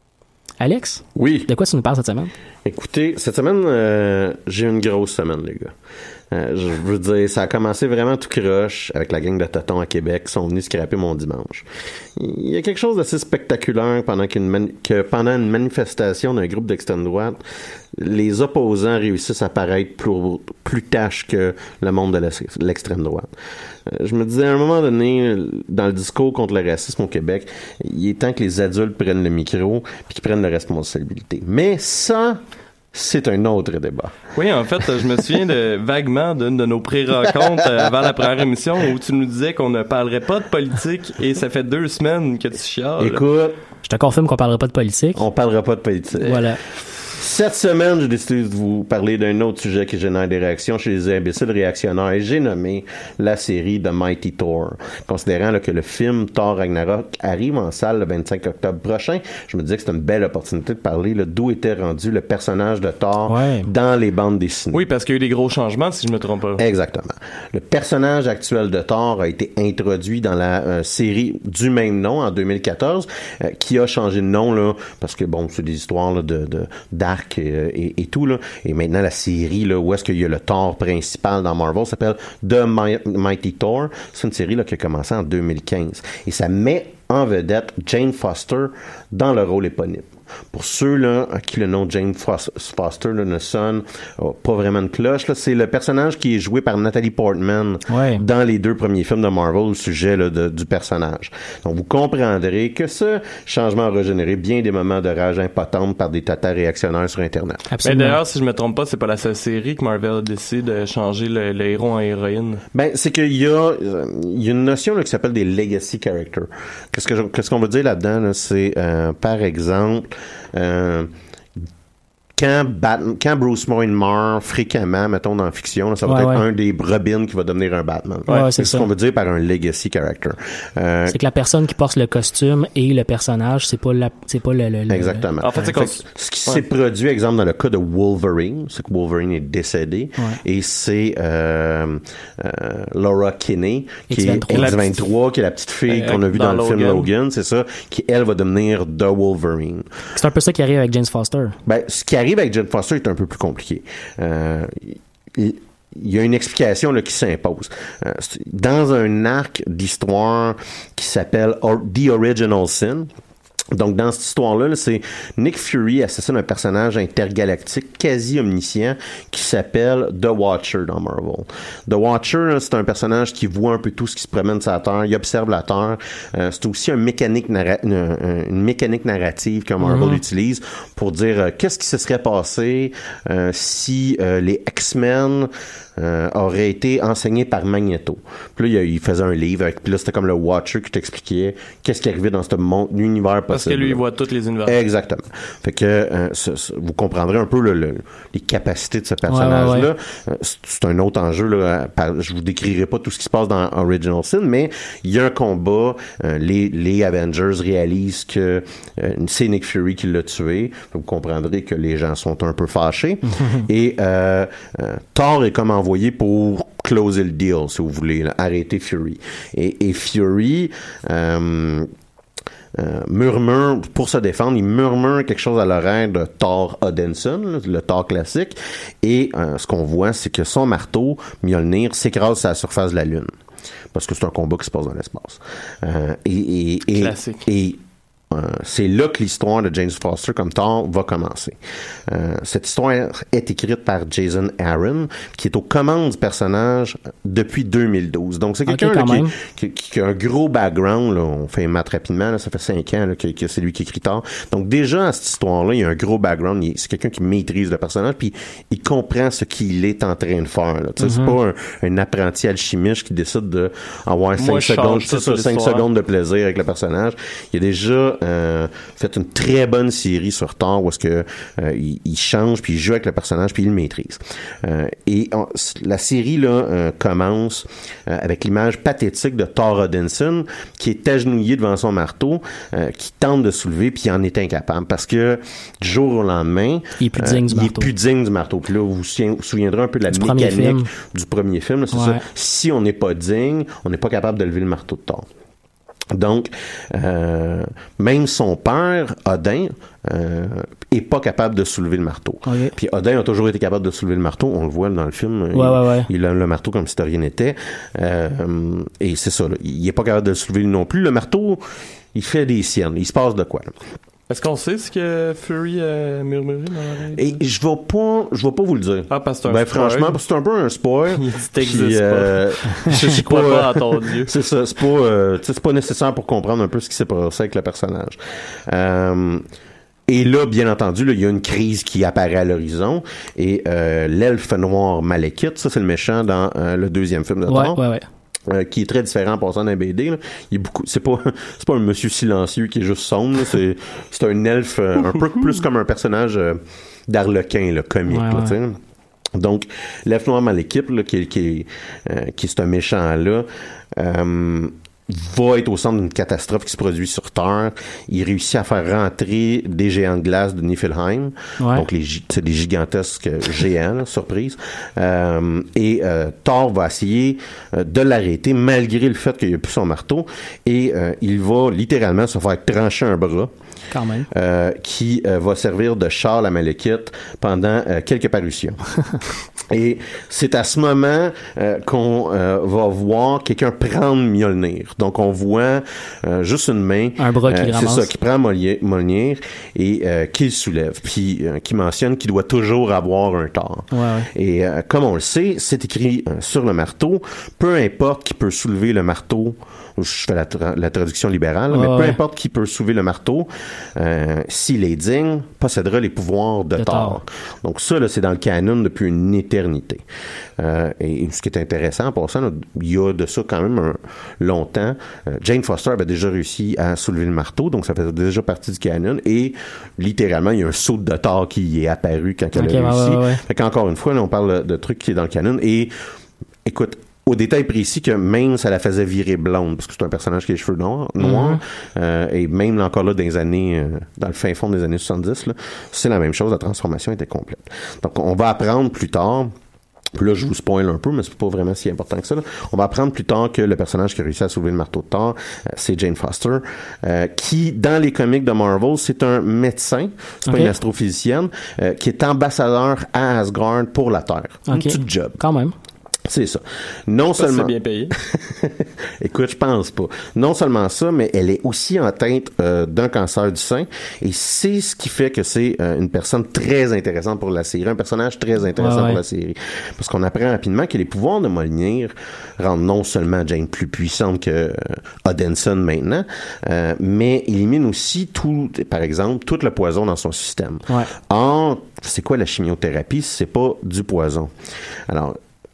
Alex? Oui. De quoi tu nous parles cette semaine? Écoutez, cette semaine, euh, j'ai une grosse semaine, les gars. Euh, je veux dire, ça a commencé vraiment tout croche avec la gang de Totons à Québec qui sont venus scraper mon dimanche. Il y a quelque chose d'assez spectaculaire pendant qu'une mani- que pendant une manifestation d'un groupe d'extrême droite, les opposants réussissent à paraître plus, plus tâches que le monde de l'extrême droite. Euh, je me disais, à un moment donné, dans le discours contre le racisme au Québec, il est temps que les adultes prennent le micro et qu'ils prennent la responsabilité. Mais ça... c'est un autre débat. Oui, en fait, je me souviens de, vaguement d'une de nos pré-rencontres euh, avant la première émission où tu nous disais qu'on ne parlerait pas de politique et ça fait deux semaines que tu chiales. Écoute, je te confirme qu'on parlera pas de politique. On parlera pas de politique. Voilà. Cette semaine, j'ai décidé de vous parler d'un autre sujet qui génère des réactions chez les imbéciles réactionnaires et j'ai nommé la série The Mighty Thor. Considérant là, que le film Thor Ragnarok arrive en salle le vingt-cinq octobre prochain, je me disais que c'était une belle opportunité de parler là, d'où était rendu le personnage de Thor ouais. dans les bandes dessinées. Oui, parce qu'il y a eu des gros changements, si je me trompe pas. Exactement. Le personnage actuel de Thor a été introduit dans la euh, série du même nom en deux mille quatorze, euh, qui a changé de nom là, parce que bon, c'est des histoires là, de, de d'arc Et, et, et tout là, et maintenant la série là où est-ce qu'il y a le Thor principal dans Marvel s'appelle The Mighty Thor. C'est une série là qui a commencé en deux mille quinze et ça met en vedette Jane Foster dans le rôle éponyme. Pour ceux-là à qui le nom Jane Foster là, ne sonne oh, pas vraiment de cloche, là, c'est le personnage qui est joué par Natalie Portman ouais. dans les deux premiers films de Marvel au sujet là, de, du personnage. Donc vous comprendrez que ce changement aura généré bien des moments de rage impotente par des tatas réactionnaires sur Internet. Mais d'ailleurs, si je me trompe pas, c'est pas la seule série que Marvel a décidé de changer le, le héros en héroïne. Ben, c'est qu'il y a, il y a une notion là, qui s'appelle des legacy characters. Qu'est-ce que je, qu'est-ce qu'on veut dire là-dedans? Là? C'est, euh, par exemple, Euh, quand, Bat- quand Bruce Wayne meurt fréquemment, mettons dans la fiction, là, ça va Ouais, être ouais. un des Robins qui va devenir un Batman. Ouais, c'est c'est ce ça. qu'on veut dire par un legacy character. Euh, C'est que la personne qui porte le costume et le personnage, c'est pas la, c'est pas le, le, le- Exactement. En fait, c'est Fait qu'on- que ce qui s'est produit, exemple, dans le cas de Wolverine, c'est que Wolverine est décédé, Ouais. et c'est euh, euh, Laura Kinney, qui X vingt-trois. est X vingt-trois, qui est la petite fille Euh, qu'on a vue dans, dans le film Logan. Logan, c'est ça, qui, elle, va devenir The Wolverine. C'est un peu ça qui arrive avec James Foster. Ben, ce qui arrive avec Jane Foster est un peu plus compliqué. Euh, il, il y a une explication là, qui s'impose. Euh, c'est- dans un arc d'histoire qui s'appelle Or- The Original Sin, donc, dans cette histoire-là, là, c'est Nick Fury assassine un personnage intergalactique quasi omniscient qui s'appelle The Watcher dans Marvel. The Watcher, là, c'est un personnage qui voit un peu tout ce qui se promène sur la Terre, il observe la Terre. Euh, c'est aussi un mécanique narra- une, une- une mécanique narrative que Marvel Mhm. utilise pour dire euh, qu'est-ce qui se serait passé euh, si euh, les X-Men euh, auraient été enseignés par Magneto. Puis là, il, il faisait un livre, avec, puis là, c'était comme le Watcher qui t'expliquait qu'est-ce qui arrivait dans ce monde, l'univers possible. Parce que lui, il voit tous les univers. Exactement. Fait que euh, ce- ce- vous comprendrez un peu le, le- les capacités de ce personnage-là. Ouais, ouais, ouais. Euh, c'est, c'est un autre enjeu. Là, par, je vous décrirai pas tout ce qui se passe dans Original Sin, mais il y a un combat. Euh, les, les Avengers réalisent que euh, c'est Nick Fury qui l'a tué. Vous comprendrez que les gens sont un peu fâchés. Et euh, euh, Thor est comme envoyé pour closer le deal, si vous voulez, là, arrêter Fury. Et, et Fury... Euh, Euh, murmure, pour se défendre, il murmure quelque chose à l'oreille de Thor Odinson, là, le Thor classique, et euh, ce qu'on voit, c'est que son marteau, Mjolnir, s'écrase sur la surface de la Lune. Parce que c'est un combat qui se passe dans l'espace. Euh, et, et, et, Classique. et euh, c'est là que l'histoire de James Foster comme Thor va commencer. Euh, cette histoire est écrite par Jason Aaron, qui est aux commandes du personnage depuis deux mille douze. Donc, c'est Ok, quelqu'un là, quand qui, même. qui, qui a un gros background. Là. On fait maths rapidement. Là. Ça fait cinq ans là, que, que c'est lui qui écrit Thor. Donc, déjà, à cette histoire-là, il y a un gros background. Il- c'est quelqu'un qui maîtrise le personnage, puis il comprend ce qu'il est en train de faire. Là. Tu sais, C'est pas un, un apprenti alchimiste qui décide de avoir cinq Moi, je secondes, change c'est toute ça, cinq l'histoire. secondes de plaisir avec le personnage. Il a déjà euh, fait une très bonne série sur Thor où est-ce que euh, il, il change puis il joue avec le personnage puis il le maîtrise. Euh, et on- la série là euh, commence euh, avec l'image pathétique de Thor Odinson qui est agenouillé devant son marteau, euh, qui tente de soulever puis il en est incapable parce que du jour au lendemain, Il est plus digne du il est marteau. plus digne du marteau. Puis là, vous vous souviendrez, vous souviendrez un peu de la Du premier mécanique film. du premier film. là, C'est Ouais. ça. Si on n'est pas digne, on n'est pas capable de lever le marteau de Thor. Donc, euh, même son père, Odin, euh, est pas capable de soulever le marteau. Ok. Puis Odin a toujours été capable de soulever le marteau, on le voit dans le film. Ouais, il, ouais, ouais. il a le marteau comme si de rien n'était. Euh, et c'est ça, là, il est pas capable de le soulever non plus. Le marteau, il fait des siennes. Il se passe de quoi, là. Est-ce qu'on sait ce que Fury a murmuré dans l'oreille? Et je vais pas, je vais pas vous le dire. Ah, parce que c'est un Ben spoil. franchement, parce que c'est un peu un spoil. Il dit t'existes Puis, euh, pas. je Je crois pas à ton Dieu. C'est ça, c'est pas, euh, tu sais, c'est pas nécessaire pour comprendre un peu ce qui s'est passé avec le personnage. Euh, et là, bien entendu, là, il y a une crise qui apparaît à l'horizon et euh, l'elfe noir Malekith, ça c'est le méchant dans euh, le deuxième film de Ouais, Thor. ouais, ouais. Euh, qui est très différent en passant d'un B D. Là. Il est beaucoup, c'est pas, c'est pas un monsieur silencieux qui est juste sombre. Là. C'est, c'est un elfe euh, un peu plus comme un personnage euh, d'Arlequin, là, comique. Ouais, Là, ouais. tu sais. Donc, l'elfe noir Malekith, là, qui, est- qui, est, euh, qui est c'est un méchant là. Euh, va être au centre d'une catastrophe qui se produit sur Terre. Il réussit à faire rentrer des géants de glace de Niflheim. Ouais. Donc, les, gi- c'est des gigantesques géants, là, surprise. Euh, et euh, Thor va essayer euh, de l'arrêter malgré le fait qu'il n'a plus son marteau. Et euh, il va littéralement se faire trancher un bras. Quand même. Euh, qui euh, va servir de char à Malekith pendant euh, quelques parutions. Et c'est à ce moment euh, qu'on euh, va voir quelqu'un prendre Mjolnir. Donc on voit euh, juste une main, Un bras qui euh, le c'est ramasse. ça, qui prend Mjolnir Mjolnir et euh, qui le soulève, puis euh, qui mentionne qu'il doit toujours avoir un tort. Ouais, ouais. Et euh, comme on le sait, c'est écrit euh, sur le marteau, peu importe qui peut soulever le marteau, je fais la, tra- la traduction libérale, Ouais, mais peu ouais. importe qui peut soulever le marteau, euh, s'il est digne, possédera les pouvoirs de, De Thor. Thor. Donc ça, là, c'est dans le canon depuis une éternité. maternité. Euh, et, et ce qui est intéressant, en passant, il y a de ça quand même un, longtemps, euh, Jane Foster avait déjà réussi à soulever le marteau, donc ça faisait déjà partie du canon, et littéralement, il y a un saut de Thor qui est apparu quand elle okay, a réussi. Ouais, ouais, ouais. Fait qu'encore une fois, là, on parle de trucs qui est dans le canon, et écoute, au détail précis que même ça la faisait virer blonde, parce que c'est un personnage qui a les cheveux noirs, noirs mm-hmm. euh, et même là, encore là dans les années, euh, dans le fin fond des années soixante-dix, là, c'est la même chose, la transformation était complète. Donc on va apprendre plus tard, là je vous spoil un peu, mais c'est pas vraiment si important que ça, là. On va apprendre plus tard que le personnage qui a réussi à soulever le marteau de Thor, euh, c'est Jane Foster, euh, qui dans les comics de Marvel, c'est un médecin, c'est okay. pas une astrophysicienne, euh, qui est ambassadeur à Asgard pour la Terre. Okay. Un petit job. Quand même. C'est ça. Non ça, seulement. C'est bien payé. Écoute, je pense pas. Non seulement ça, mais elle est aussi atteinte euh, d'un cancer du sein, et c'est ce qui fait que c'est euh, une personne très intéressante pour la série, un personnage très intéressant ah ouais. pour la série, parce qu'on apprend rapidement que les pouvoirs de Mjolnir rendent non seulement Jane plus puissante que euh, Odinson maintenant, euh, mais élimine aussi tout, par exemple, tout le poison dans son système. Ouais. Or, c'est quoi la chimiothérapie? C'est pas du poison. Alors,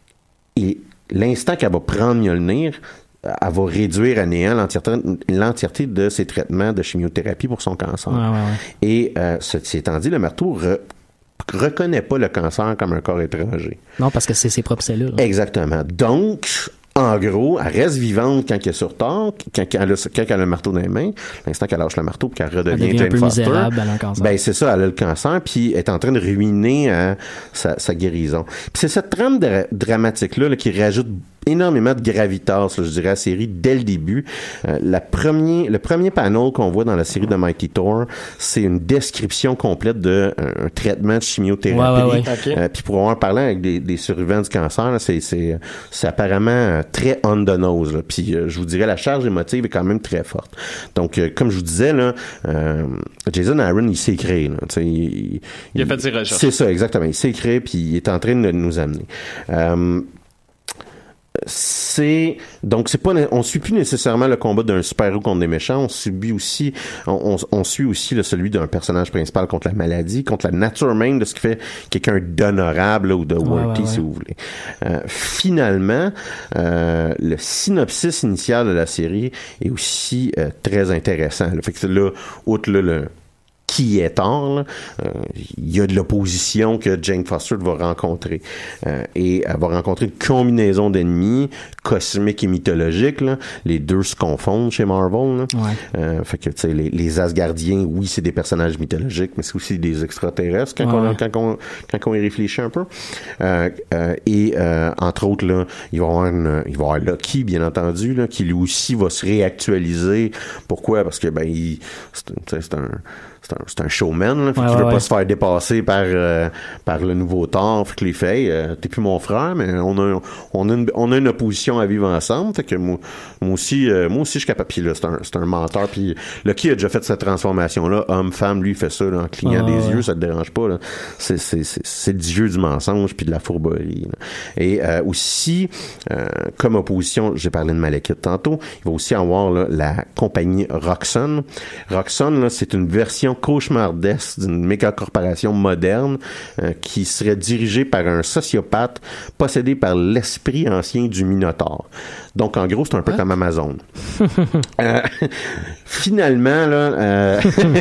et l'instant qu'elle va prendre Mjolnir, elle va réduire à néant l'entièreté, l'entièreté de ses traitements de chimiothérapie pour son cancer. Ouais, ouais, ouais. Et euh, ceci étant dit, le marteau re, reconnaît pas le cancer comme un corps étranger. Non, parce que c'est ses propres cellules. Exactement. Donc, en gros, elle reste vivante quand elle est sur Thor, quand, quand, elle a, quand elle a le marteau dans les mains, l'instant qu'elle lâche le marteau puis qu'elle redevient elle Jane un peu Foster. Misérable, elle a un cancer. Ben c'est ça, elle a le cancer puis elle est en train de ruiner hein, sa, sa guérison. Puis c'est cette trame dra- dramatique là, là qui rajoute énormément de gravitas, là, je dirais, à la série dès le début. Euh, la premier, le premier panel qu'on voit dans la série de Mighty Thor, c'est une description complète de un, un traitement de chimiothérapie. Ouais, ouais, ouais. Okay. Euh, puis pour avoir parlé avec des, des survivants du cancer, là, c'est, c'est, c'est apparemment euh, très on the nose. Là. Puis euh, je vous dirais, la charge émotive est quand même très forte. Donc, euh, comme je vous disais, là, euh, Jason Aaron, il sait écrire. Là, il, il, il a fait ses recherches. C'est ça, exactement. Il sait écrire, puis il est en train de nous amener. Euh, c'est donc c'est pas on suit plus nécessairement le combat d'un super-héros contre des méchants, on subit aussi on, on, on suit aussi là, celui d'un personnage principal contre la maladie, contre la nature même de ce qui fait quelqu'un d'honorable là, ou de ouais, worthy ouais, ouais. si vous voulez. Euh, finalement euh, le synopsis initial de la série est aussi euh, très intéressant. Là. Fait que là, outre là, le qui est Thor, il euh, y a de l'opposition que Jane Foster va rencontrer. Euh, et elle va rencontrer une combinaison d'ennemis cosmiques et mythologiques. Là. Les deux se confondent chez Marvel. Là. Ouais. Euh, fait que, tu sais, les, les Asgardiens, oui, c'est des personnages mythologiques, mais c'est aussi des extraterrestres quand, ouais. on, quand, on, quand on y réfléchit un peu. Euh, euh, et, euh, entre autres, là, il va y avoir une, il va y avoir Loki, bien entendu, là, qui lui aussi va se réactualiser. Pourquoi? Parce que, ben, il, c'est, c'est un, C'est un, c'est un showman, là, fait ouais, qu'il veut ouais. pas se faire dépasser par euh, par le nouveau Thor, fait que les fait hey, euh, t'es plus mon frère, mais on a on a une on a une opposition à vivre ensemble, fait que moi, moi aussi euh, moi aussi je suis capable. Puis là c'est un c'est un menteur, puis Loki a déjà fait cette transformation là, homme femme, lui il fait ça là, en clignant ah, des ouais. yeux, ça te dérange pas là. C'est c'est c'est c'est le dieu du mensonge puis de la fourberie. Là. Et euh, aussi euh, comme opposition, j'ai parlé de Malekith tantôt, il va aussi avoir là, la compagnie Roxxon. Roxxon là, c'est une version cauchemardesque d'une méga corporation moderne euh, qui serait dirigée par un sociopathe possédé par l'esprit ancien du Minotaure. Donc en gros c'est un peu hein? comme Amazon. euh, finalement là, euh,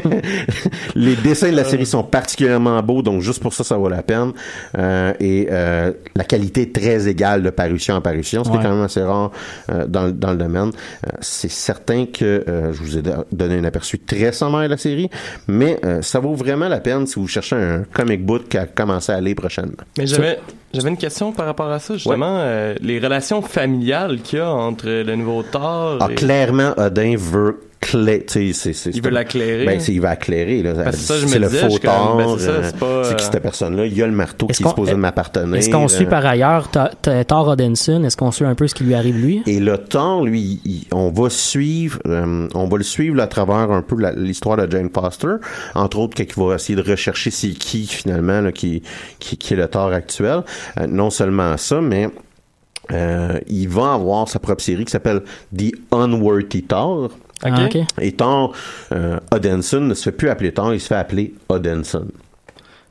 les dessins de la série sont particulièrement beaux, donc juste pour ça ça vaut la peine. Euh, et euh, la qualité est très égale de parution en parution, ce qui ouais. est quand même assez rare euh, dans, dans le domaine. Euh, c'est certain que euh, je vous ai donné un aperçu très sommaire de la série, mais euh, ça vaut vraiment la peine si vous cherchez un comic book qui a commencé à aller prochainement. Mais j'avais, j'avais une question par rapport à ça, justement. Ouais. Euh, les relations familiales qu'il y a entre le nouveau Thor ah, et... clairement, Odin veut Clé, c'est, c'est, il veut l'éclairer. Ben, c'est, il va éclairer. Là. Parce que ça, je c'est me le disais, faux Thor. Ben, c'est, ça, c'est, pas, c'est que cette personne-là, il y a le marteau est-ce qui est supposé de m'appartenir. Est-ce qu'on suit par ailleurs Thor Odinson? Est-ce qu'on suit un peu ce qui lui arrive lui? Et le Thor, lui, il, on va suivre, euh, on va le suivre là, à travers un peu la, l'histoire de Jane Foster. Entre autres, qu'il va essayer de rechercher c'est qui, finalement, là, qui, qui, qui est le Thor actuel. Euh, non seulement ça, mais euh, il va avoir sa propre série qui s'appelle The Unworthy Thor. Okay. Ah, okay. Et Thor, euh, Odinson ne se fait plus appeler Thor, il se fait appeler Odinson.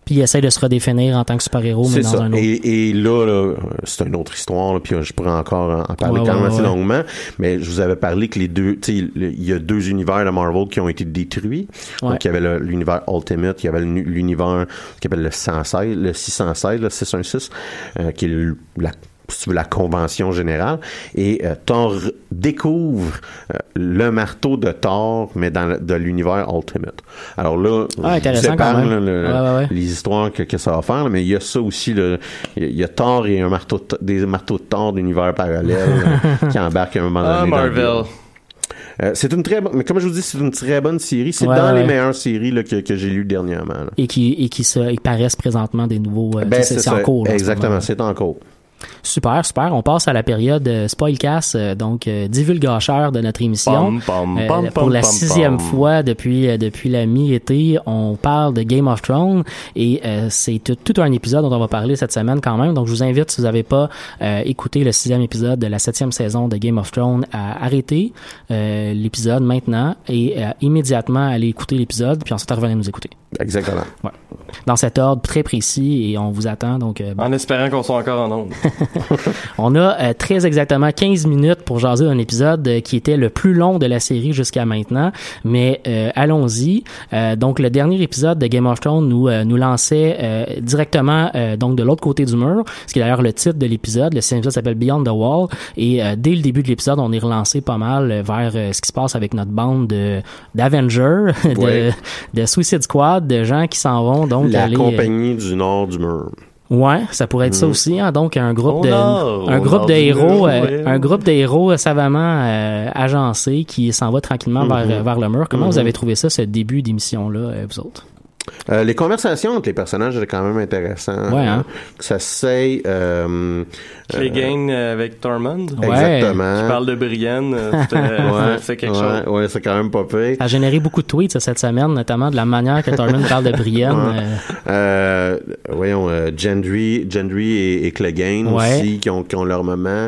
Puis il essaie de se redéfinir en tant que super-héros, mais c'est dans ça. un autre. Et, et là, là, c'est une autre histoire, là, puis je pourrais encore en, en parler Ouais, quand même ouais, assez ouais. longuement, mais je vous avais parlé que les deux, tu sais, il y a deux univers de Marvel qui ont été détruits. Ouais. Donc, il y avait le, l'univers Ultimate, il y avait le, l'univers qui s'appelle le cent seize, le six cent seize, le six cent seize, euh, qui est le, la si tu veux, la convention générale, et euh, Thor découvre euh, le marteau de Thor, mais dans le, de l'univers Ultimate. Alors là, Ah, intéressant je vous épargne, quand même. là, le, Ouais, ouais, ouais. les histoires que, que ça va faire, là, mais il y a ça aussi, là, il y a, il y a Thor et un marteau de, des marteaux de Thor d'univers parallèle là, qui embarquent à un moment donné. Ah, dans le Marvel. film. Euh, c'est une très bonne, mais comme je vous dis, c'est une très bonne série. C'est Ouais, dans ouais. les meilleures séries là, que, que j'ai lues dernièrement. Là. Et qui, et qui se, ils paraissent présentement des nouveaux, euh, Ben, c'est, c'est, c'est ça. en cours. Là, en ce Exactement, moment. c'est en cours. Super, super. On passe à la période euh, Spoilcast, euh, donc euh, divulgacheur de notre émission. Pam, pam, Euh, pam, pour pam, la pam, sixième pam. fois depuis euh, depuis la mi-été, on parle de Game of Thrones et euh, c'est tout, tout un épisode dont on va parler cette semaine quand même. Donc je vous invite, si vous n'avez pas euh, écouté le sixième épisode de la septième saison de Game of Thrones, à arrêter euh, l'épisode maintenant et euh, immédiatement aller écouter l'épisode, puis ensuite à revenir nous écouter. Exactement. Ouais. Dans cet ordre très précis et on vous attend. Donc euh, bon. En espérant qu'on soit encore en onde. On a euh, très exactement quinze minutes pour jaser d'un épisode euh, qui était le plus long de la série jusqu'à maintenant, mais euh, allons-y. Euh, donc le dernier épisode de Game of Thrones nous euh, nous lançait euh, directement euh, donc de l'autre côté du mur, ce qui est d'ailleurs le titre de l'épisode. Le sixième épisode s'appelle Beyond the Wall et euh, dès le début de l'épisode, on est relancé pas mal euh, vers euh, ce qui se passe avec notre bande de d'Avengers, de, Ouais. de Suicide Squad, de gens qui s'en vont donc La aller, euh, compagnie du nord du mur. Ouais, ça pourrait être ça aussi. Hein? Donc un groupe Au de nord, un au groupe nord de du héros, mur, euh, ouais. un groupe de héros savamment euh, agencés qui s'en va tranquillement Mm-hmm. vers vers le mur. Comment Mm-hmm. vous avez trouvé ça, ce début d'émission là, euh, vous autres? Euh, les conversations entre les personnages étaient quand même intéressantes. Ouais, hein? Ça s'essaye... Euh, Clegane euh, avec Tormund. Ouais. Exactement. Qui parle de Brienne. euh, C'était Ouais, c'est quelque ouais, chose. ouais, c'est quand même pas pire. Ça a généré beaucoup de tweets ça, cette semaine, notamment de la manière que Tormund parle de Brienne. Ouais. euh, Euh, voyons, euh, Gendry, Gendry et, et Clegane Ouais. aussi, qui ont, qui ont leur moment.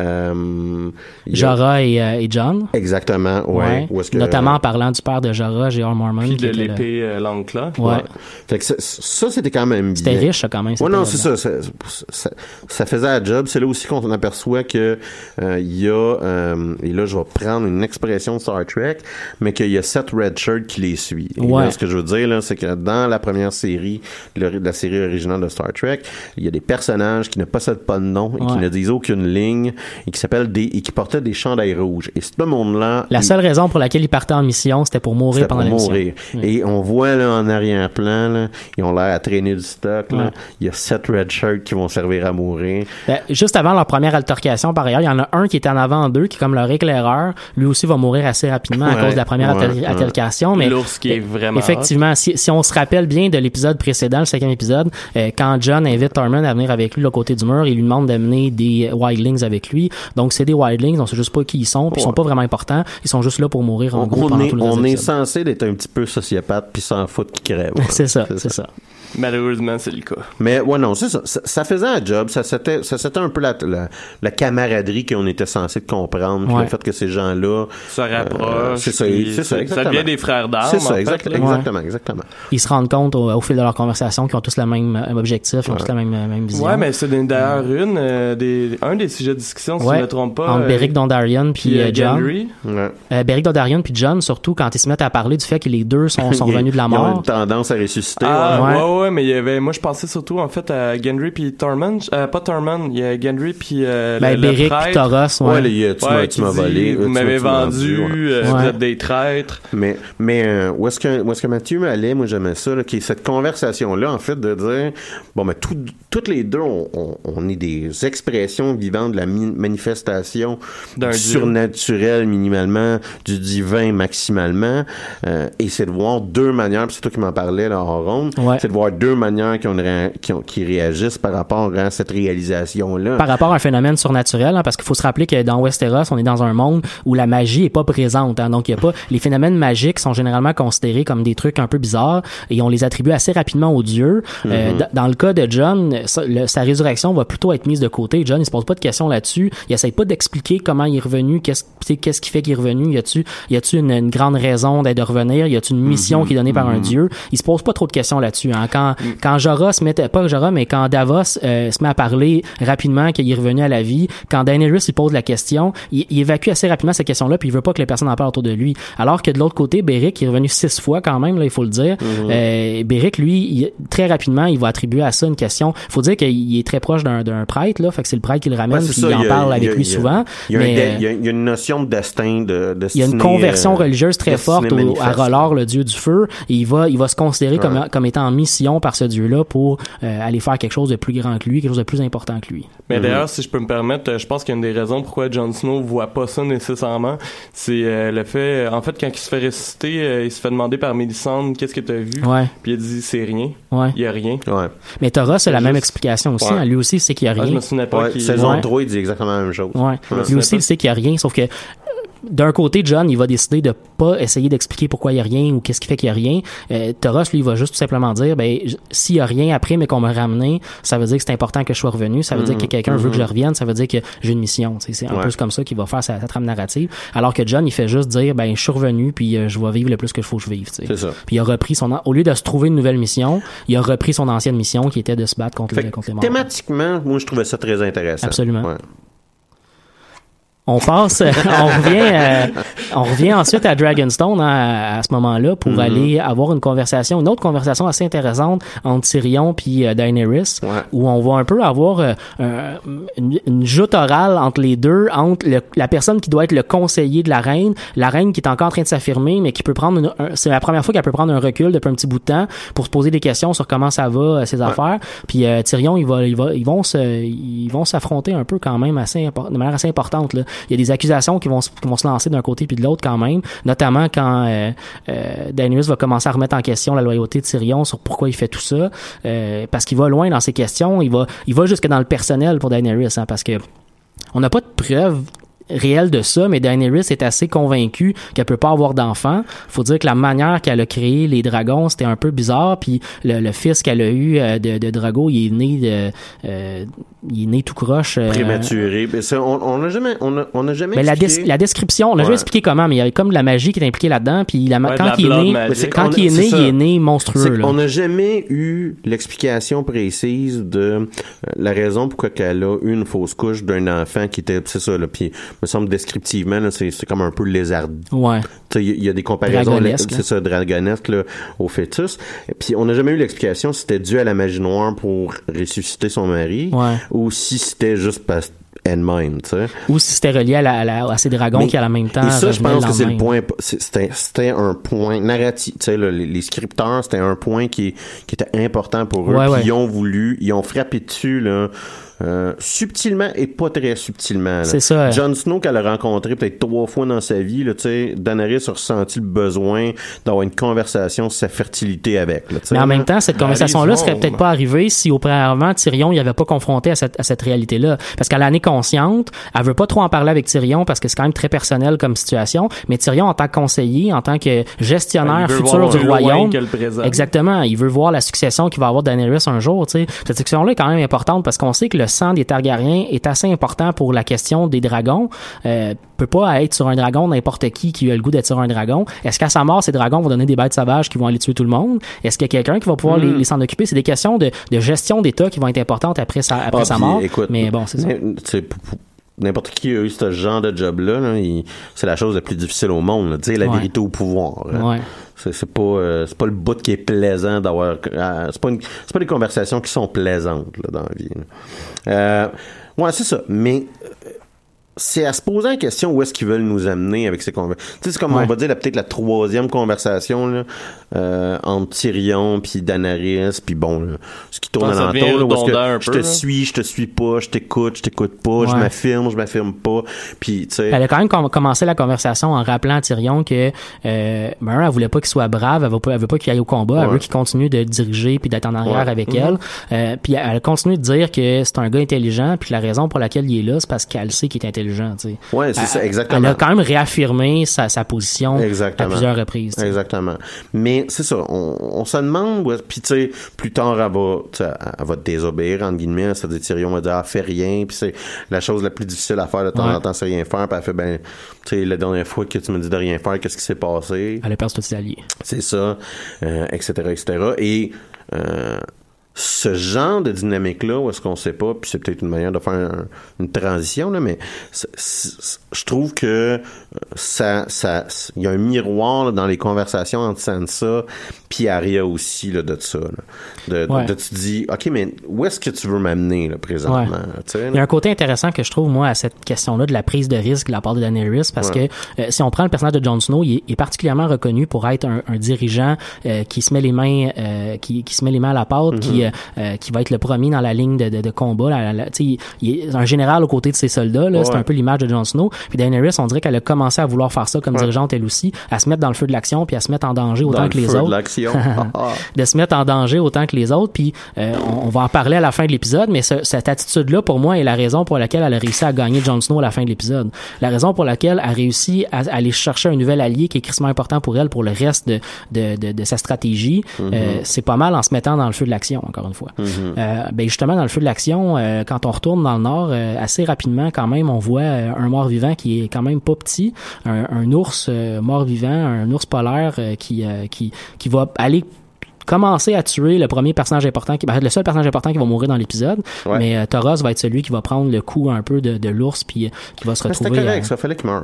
Euh, il y a- Jorah et, euh, et John. Exactement, ouais. Où est-ce que- Notamment en parlant du père de Jorah, J R. Mormon. Puis qui de était le- l'épée euh, Langclaw. Ouais. Fait que ça, ça, c'était quand même bien. C'était riche, ça, quand même. Ouais, cette non, c'est période-là. ça, ça, ça. Ça faisait la job. C'est là aussi qu'on aperçoit que euh, il y a, euh, et là, je vais prendre une expression de Star Trek, mais qu'il y a sept red shirts qui les suivent. Et Ouais. là, ce que je veux dire, là, c'est que dans la première série, le- la série originale de Star Trek, il y a des personnages qui ne possèdent pas de nom et qui Ouais. ne disent aucune ligne et qui s'appellent des, et qui portaient des chandails rouges. Et ce monde-là. La il- seule raison pour laquelle il partait en mission, c'était pour mourir c'était pendant pour l'émission. mourir. Ouais. Et on voit là en arrière-plan, là, ils ont l'air à traîner du stock. Là. Ouais. Il y a sept red shirts qui vont servir à mourir. Ben, juste avant leur première altercation, par ailleurs, il y en a un qui est en avant d'eux, qui est comme leur éclaireur. Lui aussi va mourir assez rapidement à Ouais, cause de la première ouais, alter- ouais. altercation. Mais L'ours qui est vraiment effectivement, si, si on se rappelle bien de l'épisode précédent, le cinquième épisode, euh, quand John invite Tormund à venir avec lui de l'autre côté du mur, il lui demande d'amener des wildlings avec lui. Donc c'est des wildlings, on sait juste pas qui ils sont, puis ils sont Ouais. pas vraiment importants. Ils sont juste là pour mourir en On, gros on pendant est, tout le on reste de est l'épisode. censé d'être un petit peu sociopathe puis s'en foutre qui crève. C'est ça, c'est ça. Malheureusement, c'est le cas. Mais ouais, non, c'est ça. Ça, ça faisait un job. Ça c'était, ça c'était un peu la, la, la camaraderie qu'on était censé de comprendre. Puis Ouais. le fait que ces gens-là. Se rapprochent. c'est ça, puis c'est ça, Ça exactement. devient des frères d'armes. C'est ça, en exact- fait, là. exactement, exactement. Ils se rendent compte au, au fil de leur conversation qu'ils ont tous le même euh, objectif, ils ont tous la même, euh, même vision. Ouais, mais c'est d'ailleurs une euh, des un des sujets de discussion, si Ouais. je ne me trompe pas. Entre euh, Beric Dondarrion puis puis, euh, euh, John. Gendry. Ouais. Euh, Beric Dondarrion puis John, surtout quand ils se mettent à parler du fait que les deux sont, sont Ils- revenus de la Ils ont mort. une tendance à ressusciter. Ah, ouais. ouais. ouais. ouais, mais il y avait, moi je pensais surtout en fait à Gendry puis Tormund, euh, pas Tormund, il y a Gendry puis euh, Ben, le, Beric le puis prêtre. Taurus, ouais. Ouais, là, il y a- tu Ouais, m'as, qui tu m'as dit, volé. vous tu m'avez m'as- tu m'as vendu, ouais. euh, vous Ouais. êtes des traîtres. Mais, mais euh, où est-ce que où est-ce que Mathieu allait, moi j'aimais ça, là, qui est cette conversation-là, en fait, de dire bon, mais tout, toutes les deux, on, on, on est des expressions vivantes de la mi- manifestation D'un du dieu. surnaturel minimalement, du divin maximalement, euh, et c'est de voir deux manières, puis c'est toi qui m'en parlais là en ronde, Ouais. c'est de voir deux manières qui, ont une ré- qui, ont- qui réagissent par rapport à cette réalisation-là. Par rapport à un phénomène surnaturel, hein, parce qu'il faut se rappeler que dans Westeros, on est dans un monde où la magie est pas présente. Hein, donc, il y a pas les phénomènes magiques sont généralement considérés comme des trucs un peu bizarres et on les attribue assez rapidement aux dieux. Euh, d- dans le cas de John, sa, le- sa résurrection va plutôt être mise de côté. John, il se pose pas de questions là-dessus. Il essaye pas d'expliquer comment il est revenu, qu'est-ce, tu sais, qu'est-ce qui fait qu'il est revenu. Y a-tu, y a-tu une, une grande raison d'être de revenir? Y a-tu une mission qui est donnée par un dieu? Il se pose pas trop de questions là-dessus. Hein. Quand quand Mm. quand Jorah se met, pas Jorah, mais quand Davos euh, se met à parler rapidement qu'il est revenu à la vie, quand Daenerys il pose la question, il, il évacue assez rapidement cette question-là, puis il veut pas que les personnes en parlent autour de lui. Alors que de l'autre côté, Beric il est revenu six fois quand même, là, il faut le dire. Mm-hmm. Euh, Beric, lui, il, très rapidement, il va attribuer à ça une question. Faut dire qu'il est très proche d'un, d'un prêtre, là, fait que c'est le prêtre qui le ramène, ouais, puis ça, il en il a, parle il avec a, lui il a, souvent. Il y, a mais, un, il, y a, il y a une notion de destin, de, de il y a une conversion euh, religieuse très forte au, à R'hllor, le dieu du feu, et il va, il va se considérer ouais. comme, comme étant en mission par ce dieu-là pour euh, aller faire quelque chose de plus grand que lui, quelque chose de plus important que lui. Mais mm-hmm. d'ailleurs, si je peux me permettre, je pense qu'une des raisons pourquoi Jon Snow voit pas ça nécessairement, c'est euh, le fait, en fait, quand il se fait ressusciter, euh, il se fait demander par Mélisandre qu'est-ce que t'as vu, ouais. puis il dit c'est rien, ouais. il y a rien. Ouais. Mais Torah, c'est la juste... même explication aussi, ouais. hein, lui aussi il sait qu'il y a rien. Ah, je me souvenais pas ouais, qu'il... saison ouais. trois, il dit exactement la même chose. Ouais. ouais. Lui aussi, il sait qu'il y a rien, sauf que d'un côté, John, il va décider de pas essayer d'expliquer pourquoi il y a rien ou qu'est-ce qui fait qu'il y a rien. Euh, Toros, lui, il va juste tout simplement dire, ben, s'il y a rien après, mais qu'on m'a ramené, ça veut dire que c'est important que je sois revenu, ça veut mm-hmm. dire que quelqu'un mm-hmm. veut que je revienne, ça veut dire que j'ai une mission. T'sais, c'est un ouais. peu comme ça qu'il va faire sa, sa trame narrative. Alors que John, il fait juste dire, ben, je suis revenu, puis euh, je vais vivre le plus que je faut que je vive. T'sais. C'est ça. Puis il a repris son, au lieu de se trouver une nouvelle mission, il a repris son ancienne mission qui était de se battre contre, le, contre les morts. Thématiquement, moi, je trouvais ça très intéressant. Absolument. Ouais. On passe, on revient, euh, on revient ensuite à Dragonstone hein, à, à ce moment-là pour mm-hmm. aller avoir une conversation, une autre conversation assez intéressante entre Tyrion puis euh, Daenerys, ouais. où on va un peu avoir euh, euh, une, une joute orale entre les deux, entre le, la personne qui doit être le conseiller de la reine, la reine qui est encore en train de s'affirmer, mais qui peut prendre, une, un, c'est la première fois qu'elle peut prendre un recul depuis un petit bout de temps pour se poser des questions sur comment ça va euh, ses ouais. affaires. Puis euh, Tyrion, il va, il va, ils vont se, ils vont s'affronter un peu quand même assez de manière assez importante là. Il y a des accusations qui vont, qui vont se lancer d'un côté puis de l'autre quand même, notamment quand euh, euh, Daenerys va commencer à remettre en question la loyauté de Tyrion sur pourquoi il fait tout ça, euh, parce qu'il va loin dans ses questions, il va, il va jusque dans le personnel pour Daenerys, hein, parce que on n'a pas de preuves réel de ça, mais Daenerys est assez convaincue qu'elle peut pas avoir d'enfant. Faut dire que la manière qu'elle a créé les dragons, c'était un peu bizarre, puis le, le fils qu'elle a eu euh, de, de Drago, il est né de, euh, il est né tout croche. Euh, prématuré. Mais ça, on, on a jamais, on a, on a jamais mais la, des, la description, on n'a ouais. jamais expliqué comment, mais il y avait comme de la magie qui est impliquée là-dedans, puis la, ouais, quand la il est né, magique. quand on, il est né, c'est il est né monstrueux. Là. On n'a jamais eu l'explication précise de euh, la raison pourquoi qu'elle a eu une fausse couche d'un enfant qui était, c'est ça, là, puis me semble descriptif. Là, c'est, c'est comme un peu lézard. Ouais. Il y a des comparaisons, c'est ça, dragonesque là, au fœtus. Et puis on n'a jamais eu l'explication si c'était dû à la magie noire pour ressusciter son mari, ouais. ou si c'était juste parce elle-même, tu sais. Ou si c'était relié à, la, à, la, à ces dragons mais, qui, à la même temps, et ça, je pense que c'est le même. point, c'était, c'était un point narratif, tu sais, là, les, les scripteurs, c'était un point qui, qui était important pour eux, ouais, puis ouais. ils ont voulu, ils ont frappé dessus, là, Euh, subtilement et pas très subtilement. Là. C'est ça. Jon Snow qu'elle a rencontré peut-être trois fois dans sa vie, là, tu sais, Daenerys a ressenti le besoin d'avoir une conversation sur sa fertilité avec. Là, mais en même temps, cette conversation-là raison, serait peut-être pas arrivée si auparavant Tyrion il avait pas confronté à cette, à cette réalité-là. Parce qu'elle en est consciente, elle veut pas trop en parler avec Tyrion parce que c'est quand même très personnel comme situation. Mais Tyrion en tant que conseiller, en tant que gestionnaire ben, futur du royaume, exactement, il veut voir la succession qu'il va avoir Daenerys un jour. Tu sais, cette succession-là est quand même importante parce qu'on sait que le sang des Targaryens est assez important pour la question des dragons. Euh, peut pas être sur un dragon n'importe qui qui a le goût d'être sur un dragon. Est-ce qu'à sa mort, ces dragons vont donner des bêtes sauvages qui vont aller tuer tout le monde? Est-ce qu'il y a quelqu'un qui va pouvoir mm. les, les s'en occuper? C'est des questions de, de gestion d'État qui vont être importantes après sa, après ah, sa puis, mort. Écoute, mais bon, c'est ça. C'est, n'importe qui a eu ce genre de job-là, là, il, c'est la chose la plus difficile au monde, tu sais, la ouais. vérité au pouvoir. Hein. Ouais. C'est, c'est pas euh, c'est pas le bout qui est plaisant d'avoir euh, c'est pas une, c'est pas des conversations qui sont plaisantes là, dans la vie. Là. Euh, ouais, c'est ça. Mais euh, c'est à se poser la question où est-ce qu'ils veulent nous amener avec ces conversations. Tu sais, c'est comme ouais. on va dire la, peut-être la troisième conversation là, euh, entre Tyrion puis Daenerys puis bon, là, ce qui tourne ah, alentour, là, où est-ce que je te là. suis, je te suis pas, je t'écoute, je t'écoute pas, ouais. je m'affirme, je m'affirme pas. Puis tu sais. Elle a quand même com- commencé la conversation en rappelant à Tyrion que euh, ben, elle voulait pas qu'il soit brave, elle veut pas, elle veut pas qu'il aille au combat, ouais. elle veut qu'il continue de diriger puis d'être en arrière ouais. avec mm-hmm. elle. Euh, puis elle continue de dire que c'est un gars intelligent puis la raison pour laquelle il est là, c'est parce qu'elle sait qu'il est intelligent. intelligent, tu sais. Ouais, c'est elle, ça, exactement. Elle a quand même réaffirmé sa, sa position exactement. à plusieurs reprises. T'sais. Exactement. Mais c'est ça, on, on se demande, ouais, puis tu sais, plus tard, elle va, elle va désobéir, entre guillemets, c'est-à-dire Tyrion va dire, ah, fais rien, puis c'est la chose la plus difficile à faire de temps ouais. en temps, c'est rien faire, puis elle fait, ben, tu sais, la dernière fois que tu me dis de rien faire, qu'est-ce qui s'est passé? Elle a perdu tous ses alliés. C'est ça, euh, et cetera, et cetera. Et, euh, ce genre de dynamique-là, où est-ce qu'on sait pas, puis c'est peut-être une manière de faire un, une transition, là, mais c'est, c'est, je trouve que ça, ça, il y a un miroir là, dans les conversations entre Sansa puis Arya aussi là, de ça. Là. De, ouais. de, de tu te dis, OK, mais où est-ce que tu veux m'amener là, présentement? Ouais. Il y a un côté intéressant que je trouve, moi, à cette question-là de la prise de risque de la part de Daenerys, parce ouais. que euh, si on prend le personnage de Jon Snow, il est, il est particulièrement reconnu pour être un, un dirigeant euh, qui se met les mains euh, qui, qui se met les mains à la pâte, mm-hmm. qui Euh, qui va être le premier dans la ligne de, de, de combat. La, la, il, il est un général aux côtés de ses soldats. Là, ouais. C'est un peu l'image de Jon Snow. Puis Daenerys, on dirait qu'elle a commencé à vouloir faire ça comme ouais. dirigeante elle aussi, à se mettre dans le feu de l'action, puis à se mettre en danger autant dans que les feu autres. De l'action. de se mettre en danger autant que les autres. Puis euh, on, on va en parler à la fin de l'épisode, mais ce, cette attitude-là, pour moi, est la raison pour laquelle elle a réussi à gagner Jon Snow à la fin de l'épisode. La raison pour laquelle elle a réussi à, à aller chercher un nouvel allié qui est crissement important pour elle pour le reste de, de, de, de sa stratégie, mm-hmm. euh, c'est pas mal en se mettant dans le feu de l'action, encore une fois. Mm-hmm. Euh, ben justement, dans le feu de l'action, euh, quand on retourne dans le nord, euh, assez rapidement, quand même, on voit euh, un mort-vivant qui est quand même pas petit, un, un ours euh, mort-vivant, un ours polaire euh, qui, euh, qui, qui va aller commencer à tuer le premier personnage important, qui, ben, le seul personnage important qui va mourir dans l'épisode, ouais. mais euh, Thoros va être celui qui va prendre le coup un peu de, de l'ours puis euh, qui va se mais retrouver... C'était correct, euh... ça fallait qu'il meure.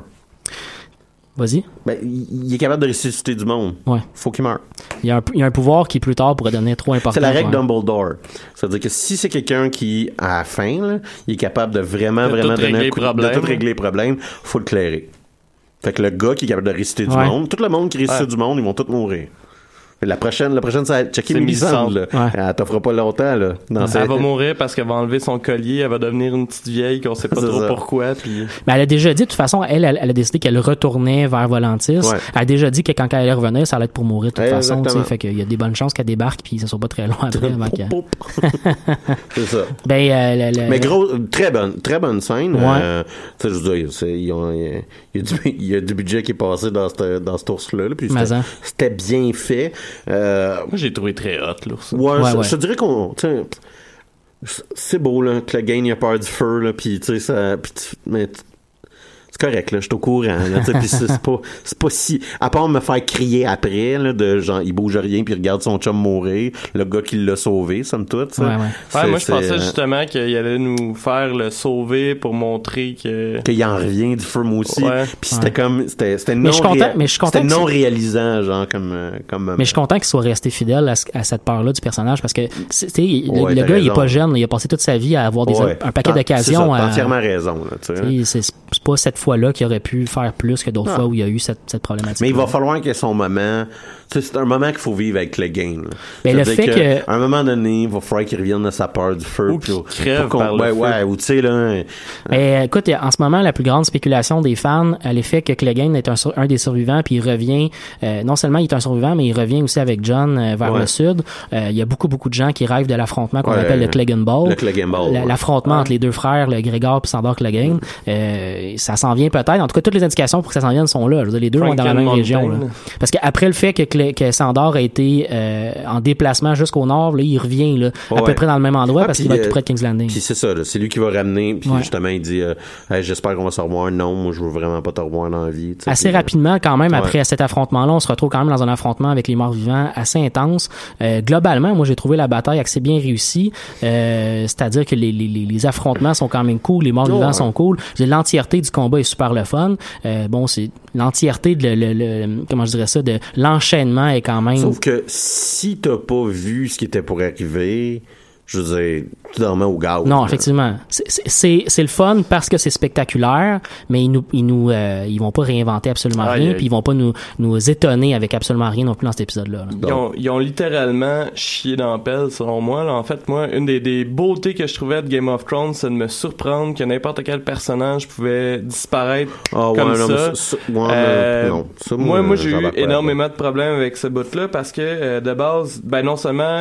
Vas-y. Ben, il est capable de ressusciter du monde. Ouais. Faut qu'il meure. Il y a un, il y a un pouvoir qui, plus tard, pourrait devenir trop important. C'est la règle Dumbledore. C'est-à-dire que si c'est quelqu'un qui, à la fin, là, il est capable de vraiment, de vraiment donner un coup, de tout régler les problèmes, faut le clairer. Fait que le gars qui est capable de ressusciter ouais. du monde, tout le monde qui ressuscite ouais. du monde, ils vont tous mourir. La prochaine, la prochaine, c'est checker Mélisande, là. Ouais. Elle t'offre pas longtemps, là. Elle cette... va mourir parce qu'elle va enlever son collier, elle va devenir une petite vieille qu'on sait pas c'est trop ça. Pourquoi, puis... Mais elle a déjà dit, de toute façon, elle, elle, elle a décidé qu'elle retournait vers Volantis. Ouais. Elle a déjà dit que quand elle allait revenir, ça allait être pour mourir, de toute ouais, façon, tu sais. Fait qu'il y a des bonnes chances qu'elle débarque, puis ça soit pas très loin après, avant qu'elle... C'est ça. Ben, euh, le, le... Mais gros, très bonne, très bonne scène. Ouais. Euh, tu sais, je veux dire, il y, y, y, y a du budget qui est passé dans ce, dans cet ours-là, là, puis c'était, c'était bien fait. Euh, Moi, j'ai trouvé très hot, l'ours. Ouais, ouais, je, ouais. je te dirais qu'on... C'est beau, là, que le gain a peur du feu, là, pis, tu sais, ça... Pis, mais... C'est correct, là, je suis au courant, là, tu sais, pis c'est, c'est pas, c'est pas si, à part me faire crier après, là, de genre, il bouge rien puis il regarde son chum mourir, le gars qui l'a sauvé, somme toute, ça. Ouais, ouais. Ouais, moi, je pensais justement qu'il allait nous faire le sauver pour montrer que... Qu'il en revient du feu, moi aussi. Ouais. Pis c'était ouais. comme, c'était, c'était non, mais je suis content, mais je suis content c'était non réalisant, genre, comme, comme. Mais je suis content qu'il soit resté fidèle à, à cette part-là du personnage parce que, tu sais, ouais, le, le gars, il est pas jeune, il a passé toute sa vie à avoir des, ouais. un paquet T'en, d'occasions. T'as à, entièrement raison, là, tu sais. C'est, c'est pas cette fois-là qu'il aurait pu faire plus que d'autres ah. fois où il y a eu cette, cette problématique. Mais il va falloir qu'il y ait son moment. Tu sais, c'est un moment qu'il faut vivre avec le game. Ben, le fait que, que... À un moment donné, il va falloir qu'il revienne de sa peur du feu. Ou qu'il crève par le ouais, feu. Ouais, ou tu sais, là... Mais écoute, en ce moment, la plus grande spéculation des fans, elle est fait que Clegane est un, un des survivants, puis il revient... Euh, non seulement il est un survivant, mais il revient aussi avec Jon euh, vers ouais. le sud. Euh, il y a beaucoup, beaucoup de gens qui rêvent de l'affrontement qu'on ouais, appelle le Clegane Ball. Le Clegane Ball. La, ouais. L'affrontement ouais. entre les deux frères, le Grégor et Sandor Clegane. Euh, ça s'en vient peut-être. En tout cas, toutes les indications pour que ça s'en vienne sont là. Je veux dire, les deux vont dans la même région. Là. Parce qu'après le fait que, Clé, que Sandor a été euh, en déplacement jusqu'au nord, là, il revient là, ouais. à peu près dans le même endroit ah, parce qu'il va être tout près de King's Landing. Puis c'est ça, là, c'est lui qui va ramener. Puis ouais. justement, il dit euh, hey, j'espère qu'on va se revoir. Non, moi, je veux vraiment pas te revoir dans la vie. Assez puis, rapidement, quand même, ouais. après cet affrontement-là, on se retrouve quand même dans un affrontement avec les morts-vivants assez intense. Euh, globalement, moi, j'ai trouvé la bataille assez bien réussie. Euh, c'est-à-dire que les, les, les affrontements sont quand même cool, les morts-vivants oh, ouais. sont cool. L'entièreté du combat est super le fun. Euh, bon, c'est l'entièreté de le, le, le comment je dirais ça, de l'enchaînement est quand même. Sauf que si t'as pas vu ce qui était pour arriver, je veux dire, tu dormais au gaz. Non, effectivement. C'est, c'est, c'est le fun parce que c'est spectaculaire, mais ils nous, ils nous, euh, ils vont pas réinventer absolument ah, rien, puis ils vont pas nous, nous étonner avec absolument rien non plus dans cet épisode-là. Là. Ils ont, ils ont littéralement chié dans la pelle, selon moi. Là. En fait, moi, une des, des beautés que je trouvais de Game of Thrones, c'est de me surprendre que n'importe quel personnage pouvait disparaître oh, comme ouais, ça. Non, ça, ça ouais, euh, non. Ça, moi, moi, moi j'ai eu énormément de problèmes avec ce bout-là parce que, euh, de base, ben non seulement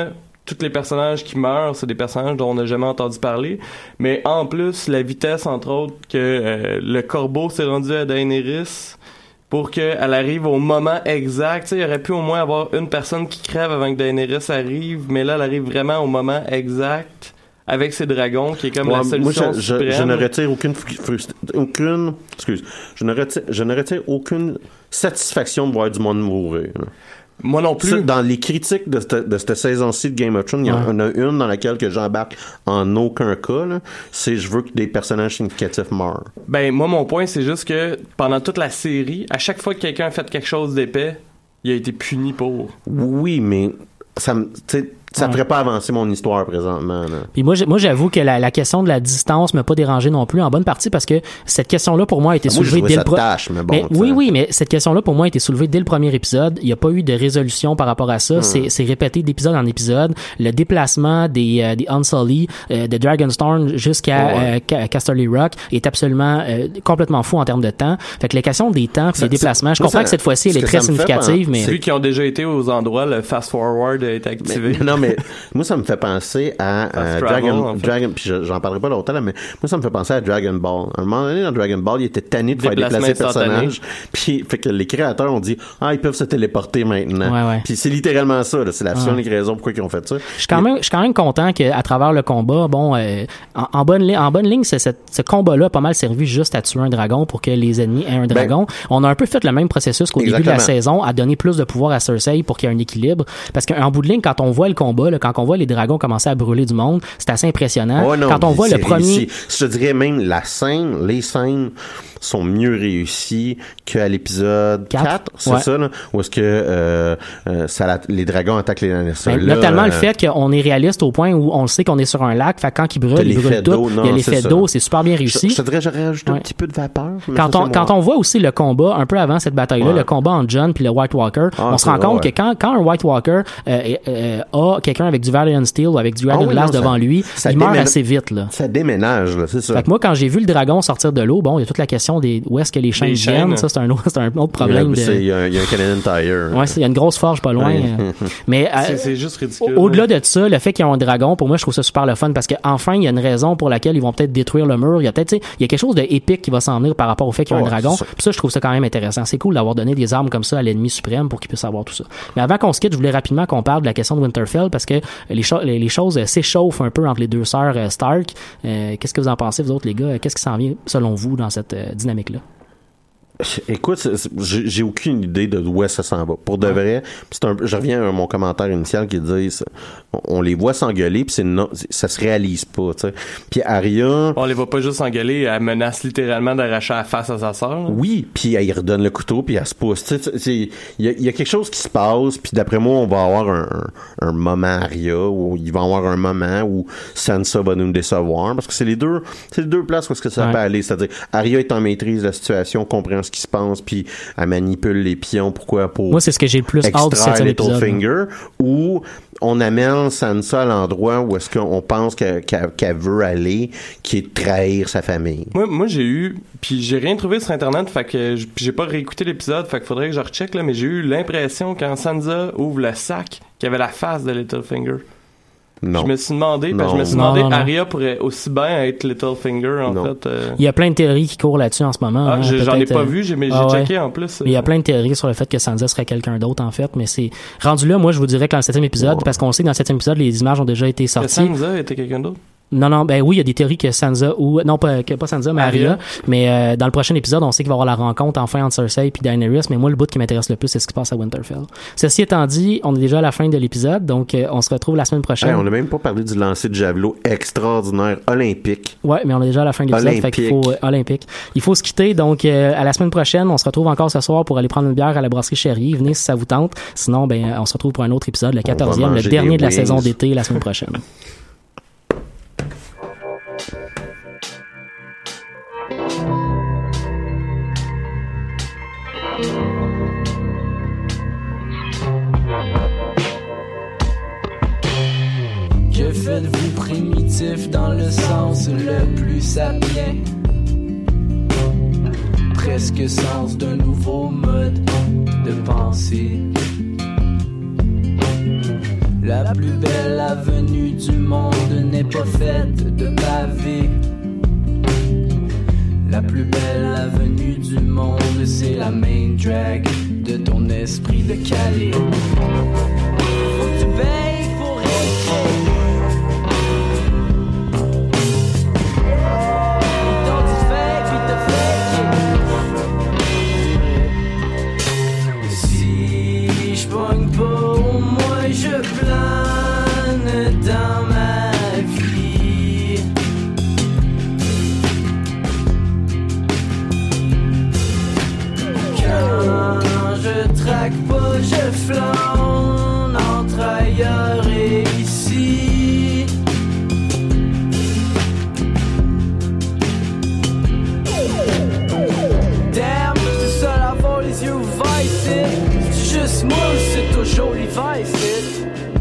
tous les personnages qui meurent, c'est des personnages dont on n'a jamais entendu parler. Mais en plus, la vitesse, entre autres, que euh, le corbeau s'est rendu à Daenerys pour qu'elle arrive au moment exact. Tu sais, il aurait pu au moins avoir une personne qui crève avant que Daenerys arrive, mais là, elle arrive vraiment au moment exact avec ses dragons, qui est comme ouais, la solution moi, je, suprême. Je, je ne retire aucune, aucune, excuse, je ne retire, je ne retire aucune satisfaction de voir du monde mourir. Là. Moi non plus. Ça, dans les critiques de cette, de cette saison-ci de Game of Thrones, il ouais. y en a une dans laquelle que j'embarque en aucun cas, là, c'est je veux que des personnages significatifs meurent. Ben, moi, mon point, c'est juste que pendant toute la série, à chaque fois que quelqu'un a fait quelque chose d'épais, il a été puni pour. Oui, mais ça me, tu sais, ça ne ferait pas avancer mon histoire présentement. Là. Puis moi, moi, j'avoue que la, la question de la distance m'a pas dérangé non plus, en bonne partie, parce que cette question-là, pour moi, a été moi, soulevée dès le premier... mais bon, mais, oui, oui, mais cette question-là, pour moi, a été soulevée dès le premier épisode. Il n'y a pas eu de résolution par rapport à ça. Hmm. C'est, c'est répété d'épisode en épisode. Le déplacement des, euh, des Unsullied, euh, de Dragonstone jusqu'à oh, ouais. euh, Casterly Rock est absolument euh, complètement fou en termes de temps. Fait que la question des temps et des déplacements, je comprends ça, que cette fois-ci, elle est très significative, mais... Vu qu'ils ont déjà été aux endroits, le fast-forward est activé. Mais, non, mais moi, ça me fait penser à euh, Dragon, en fait. Dragon, puis j'en parlerai pas longtemps là, mais moi ça me fait penser à Dragon Ball. À un moment donné dans Dragon Ball, il était tanné de faire déplacer les personnages, puis fait que les créateurs ont dit ah ils peuvent se téléporter maintenant. Ouais, ouais. Puis c'est littéralement ça, là, c'est la seule ouais. raison pourquoi ils ont fait ça. Je suis quand même, je suis quand même content qu'à travers le combat, bon, euh, en, en bonne ligne, en bonne ligne, c'est cette, ce combat-là a pas mal servi juste à tuer un dragon pour que les ennemis aient un dragon. Ben, on a un peu fait le même processus qu'au exactement. début de la saison, à donner plus de pouvoir à Cersei pour qu'il y ait un équilibre, parce qu'en bout de ligne, quand on voit le combat, là, quand on voit les dragons commencer à brûler du monde, c'est assez impressionnant. Oh non, quand on voit le premier... Réussi. Je te dirais même la scène, les scènes sont mieux réussies qu'à l'épisode quatre, c'est ouais. ça, là, où est-ce que euh, euh, ça la, les dragons attaquent les Lannister. Ben, notamment euh, le fait qu'on est réaliste au point où on sait qu'on est sur un lac, fait quand il brûle, il brûle tout. Il y a l'effet d'eau, c'est super bien réussi. Je, je te dirais, j'aurais ajouté ouais. un petit peu de vapeur. Quand ça, on, quand on voit aussi le combat, un peu avant cette bataille-là, ouais. le combat entre Jon puis le White Walker, ah, on se rend compte ouais. que quand, quand un White Walker euh, euh, a quelqu'un avec du Valiant Steel ou avec du Dragon Glass ah, oui, devant ça, lui, ça il meurt assez vite. Là. Ça déménage, là, c'est ça. Fait que moi, quand j'ai vu le dragon sortir de l'eau, bon, il y a toute la question des où est-ce que les chaînes viennent, ça c'est un autre, c'est un autre problème. Il y, a, il y a un Canadian Tire. Ouais, il y a une grosse forge pas loin. Mais c'est, euh, c'est juste ridicule. Au-delà de ça, le fait qu'ils ont un dragon, pour moi, je trouve ça super le fun parce que enfin, il y a une raison pour laquelle ils vont peut-être détruire le mur. Il y a peut-être, tu sais, il y a quelque chose d'épique qui va s'en venir par rapport au fait qu'il y a oh, un dragon. Ça. Puis ça, je trouve ça quand même intéressant. C'est cool d'avoir donné des armes comme ça à l'ennemi suprême pour qu'il puisse avoir tout ça. Mais avant qu'on se quitte, je voulais rapidement qu'on parle de la question de Winterfell parce que les, cho- les, les choses euh, s'échauffent un peu entre les deux sœurs euh, Stark. Euh, qu'est-ce que vous en pensez, vous autres, les gars? Qu'est-ce qui s'en vient, selon vous, dans cette euh, dynamique-là? Écoute, c'est, c'est, j'ai, j'ai aucune idée de où ça s'en va. Pour de vrai, c'est un, je reviens à mon commentaire initial qui dit on, on les voit s'engueuler puis c'est non, ça se réalise pas, tu sais. Puis Arya, on les voit pas juste s'engueuler, elle menace littéralement d'arracher la face à sa sœur. Oui, puis elle y redonne le couteau puis elle se pousse. Tu sais, il y a, y a quelque chose qui se passe puis d'après moi on va avoir un, un, un moment Arya où il va y avoir un moment où Sansa va nous décevoir parce que c'est les deux, c'est les deux places où est-ce que ça ouais. peut aller, c'est-à-dire Arya est en maîtrise de la situation, comprend ce qui se passe puis elle manipule les pions pourquoi pour moi c'est ce que j'ai le plus hâte de cet épisode Littlefinger ou on amène Sansa à l'endroit où est-ce qu'on pense qu'elle, qu'elle, qu'elle veut aller qui est de trahir sa famille. Moi, moi j'ai eu puis j'ai rien trouvé sur internet fait que j'ai pas réécouté l'épisode fait qu'il faudrait que je recheck là mais j'ai eu l'impression quand Sansa ouvre le sac qu'il y avait la face de Littlefinger. Non. Je me suis demandé, ben, je me suis demandé, non, non, non. Arya pourrait aussi bien être Littlefinger, en non. fait. Euh... Il y a plein de théories qui courent là-dessus en ce moment. Ah, hein, j'en ai pas euh... vu, j'ai, mais j'ai ah, checké ouais. en plus. Il y a plein de théories sur le fait que Sansa serait quelqu'un d'autre, en fait, mais c'est rendu là, moi, je vous dirais que dans le septième épisode, ouais. parce qu'on sait que dans le septième épisode, les images ont déjà été sorties. Que Sansa était quelqu'un d'autre? Non, non, ben oui, il y a des théories que Sansa ou non pas que pas Sansa, mais Arya. Arya. Mais euh, dans le prochain épisode, on sait qu'il va y avoir la rencontre enfin entre Cersei et Daenerys. Mais moi, le bout qui m'intéresse le plus, c'est ce qui se passe à Winterfell. Ceci étant dit, on est déjà à la fin de l'épisode, donc euh, on se retrouve la semaine prochaine. Hey, on n'a même pas parlé du lancer de javelot extraordinaire olympique. Ouais, mais on est déjà à la fin de l'épisode, fait qu'il faut euh, olympique. Il faut se quitter, donc euh, à la semaine prochaine, on se retrouve encore ce soir pour aller prendre une bière à la brasserie Chérie. Venez si ça vous tente. Sinon, ben on se retrouve pour un autre épisode, le quatorzième, le dernier de la saison d'été, la semaine prochaine. Que faites-vous primitif dans le sens le plus sapien? Presque sens d'un nouveau mode de pensée. La plus belle avenue du monde n'est pas faite de pavés. La plus belle avenue du monde, c'est la main drag de ton esprit de calibre. Faut que tu payes pour rester. Donc tu fais puis te fais. Si je pogne pas, au moins je plane dans ma vie. Quand je traque pas, je flâne entre ailleurs et ici. Damn, c'est seul à avoir les yeux ouverts ici. C'est juste moi ou c'est toujours l'hiver ici.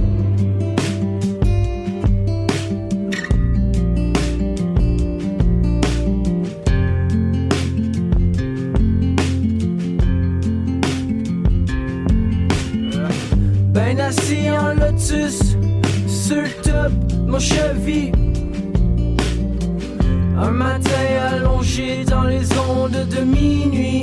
Ben assis en lotus, sur le top, mon cheville. Un matin allongé dans les ondes de minuit.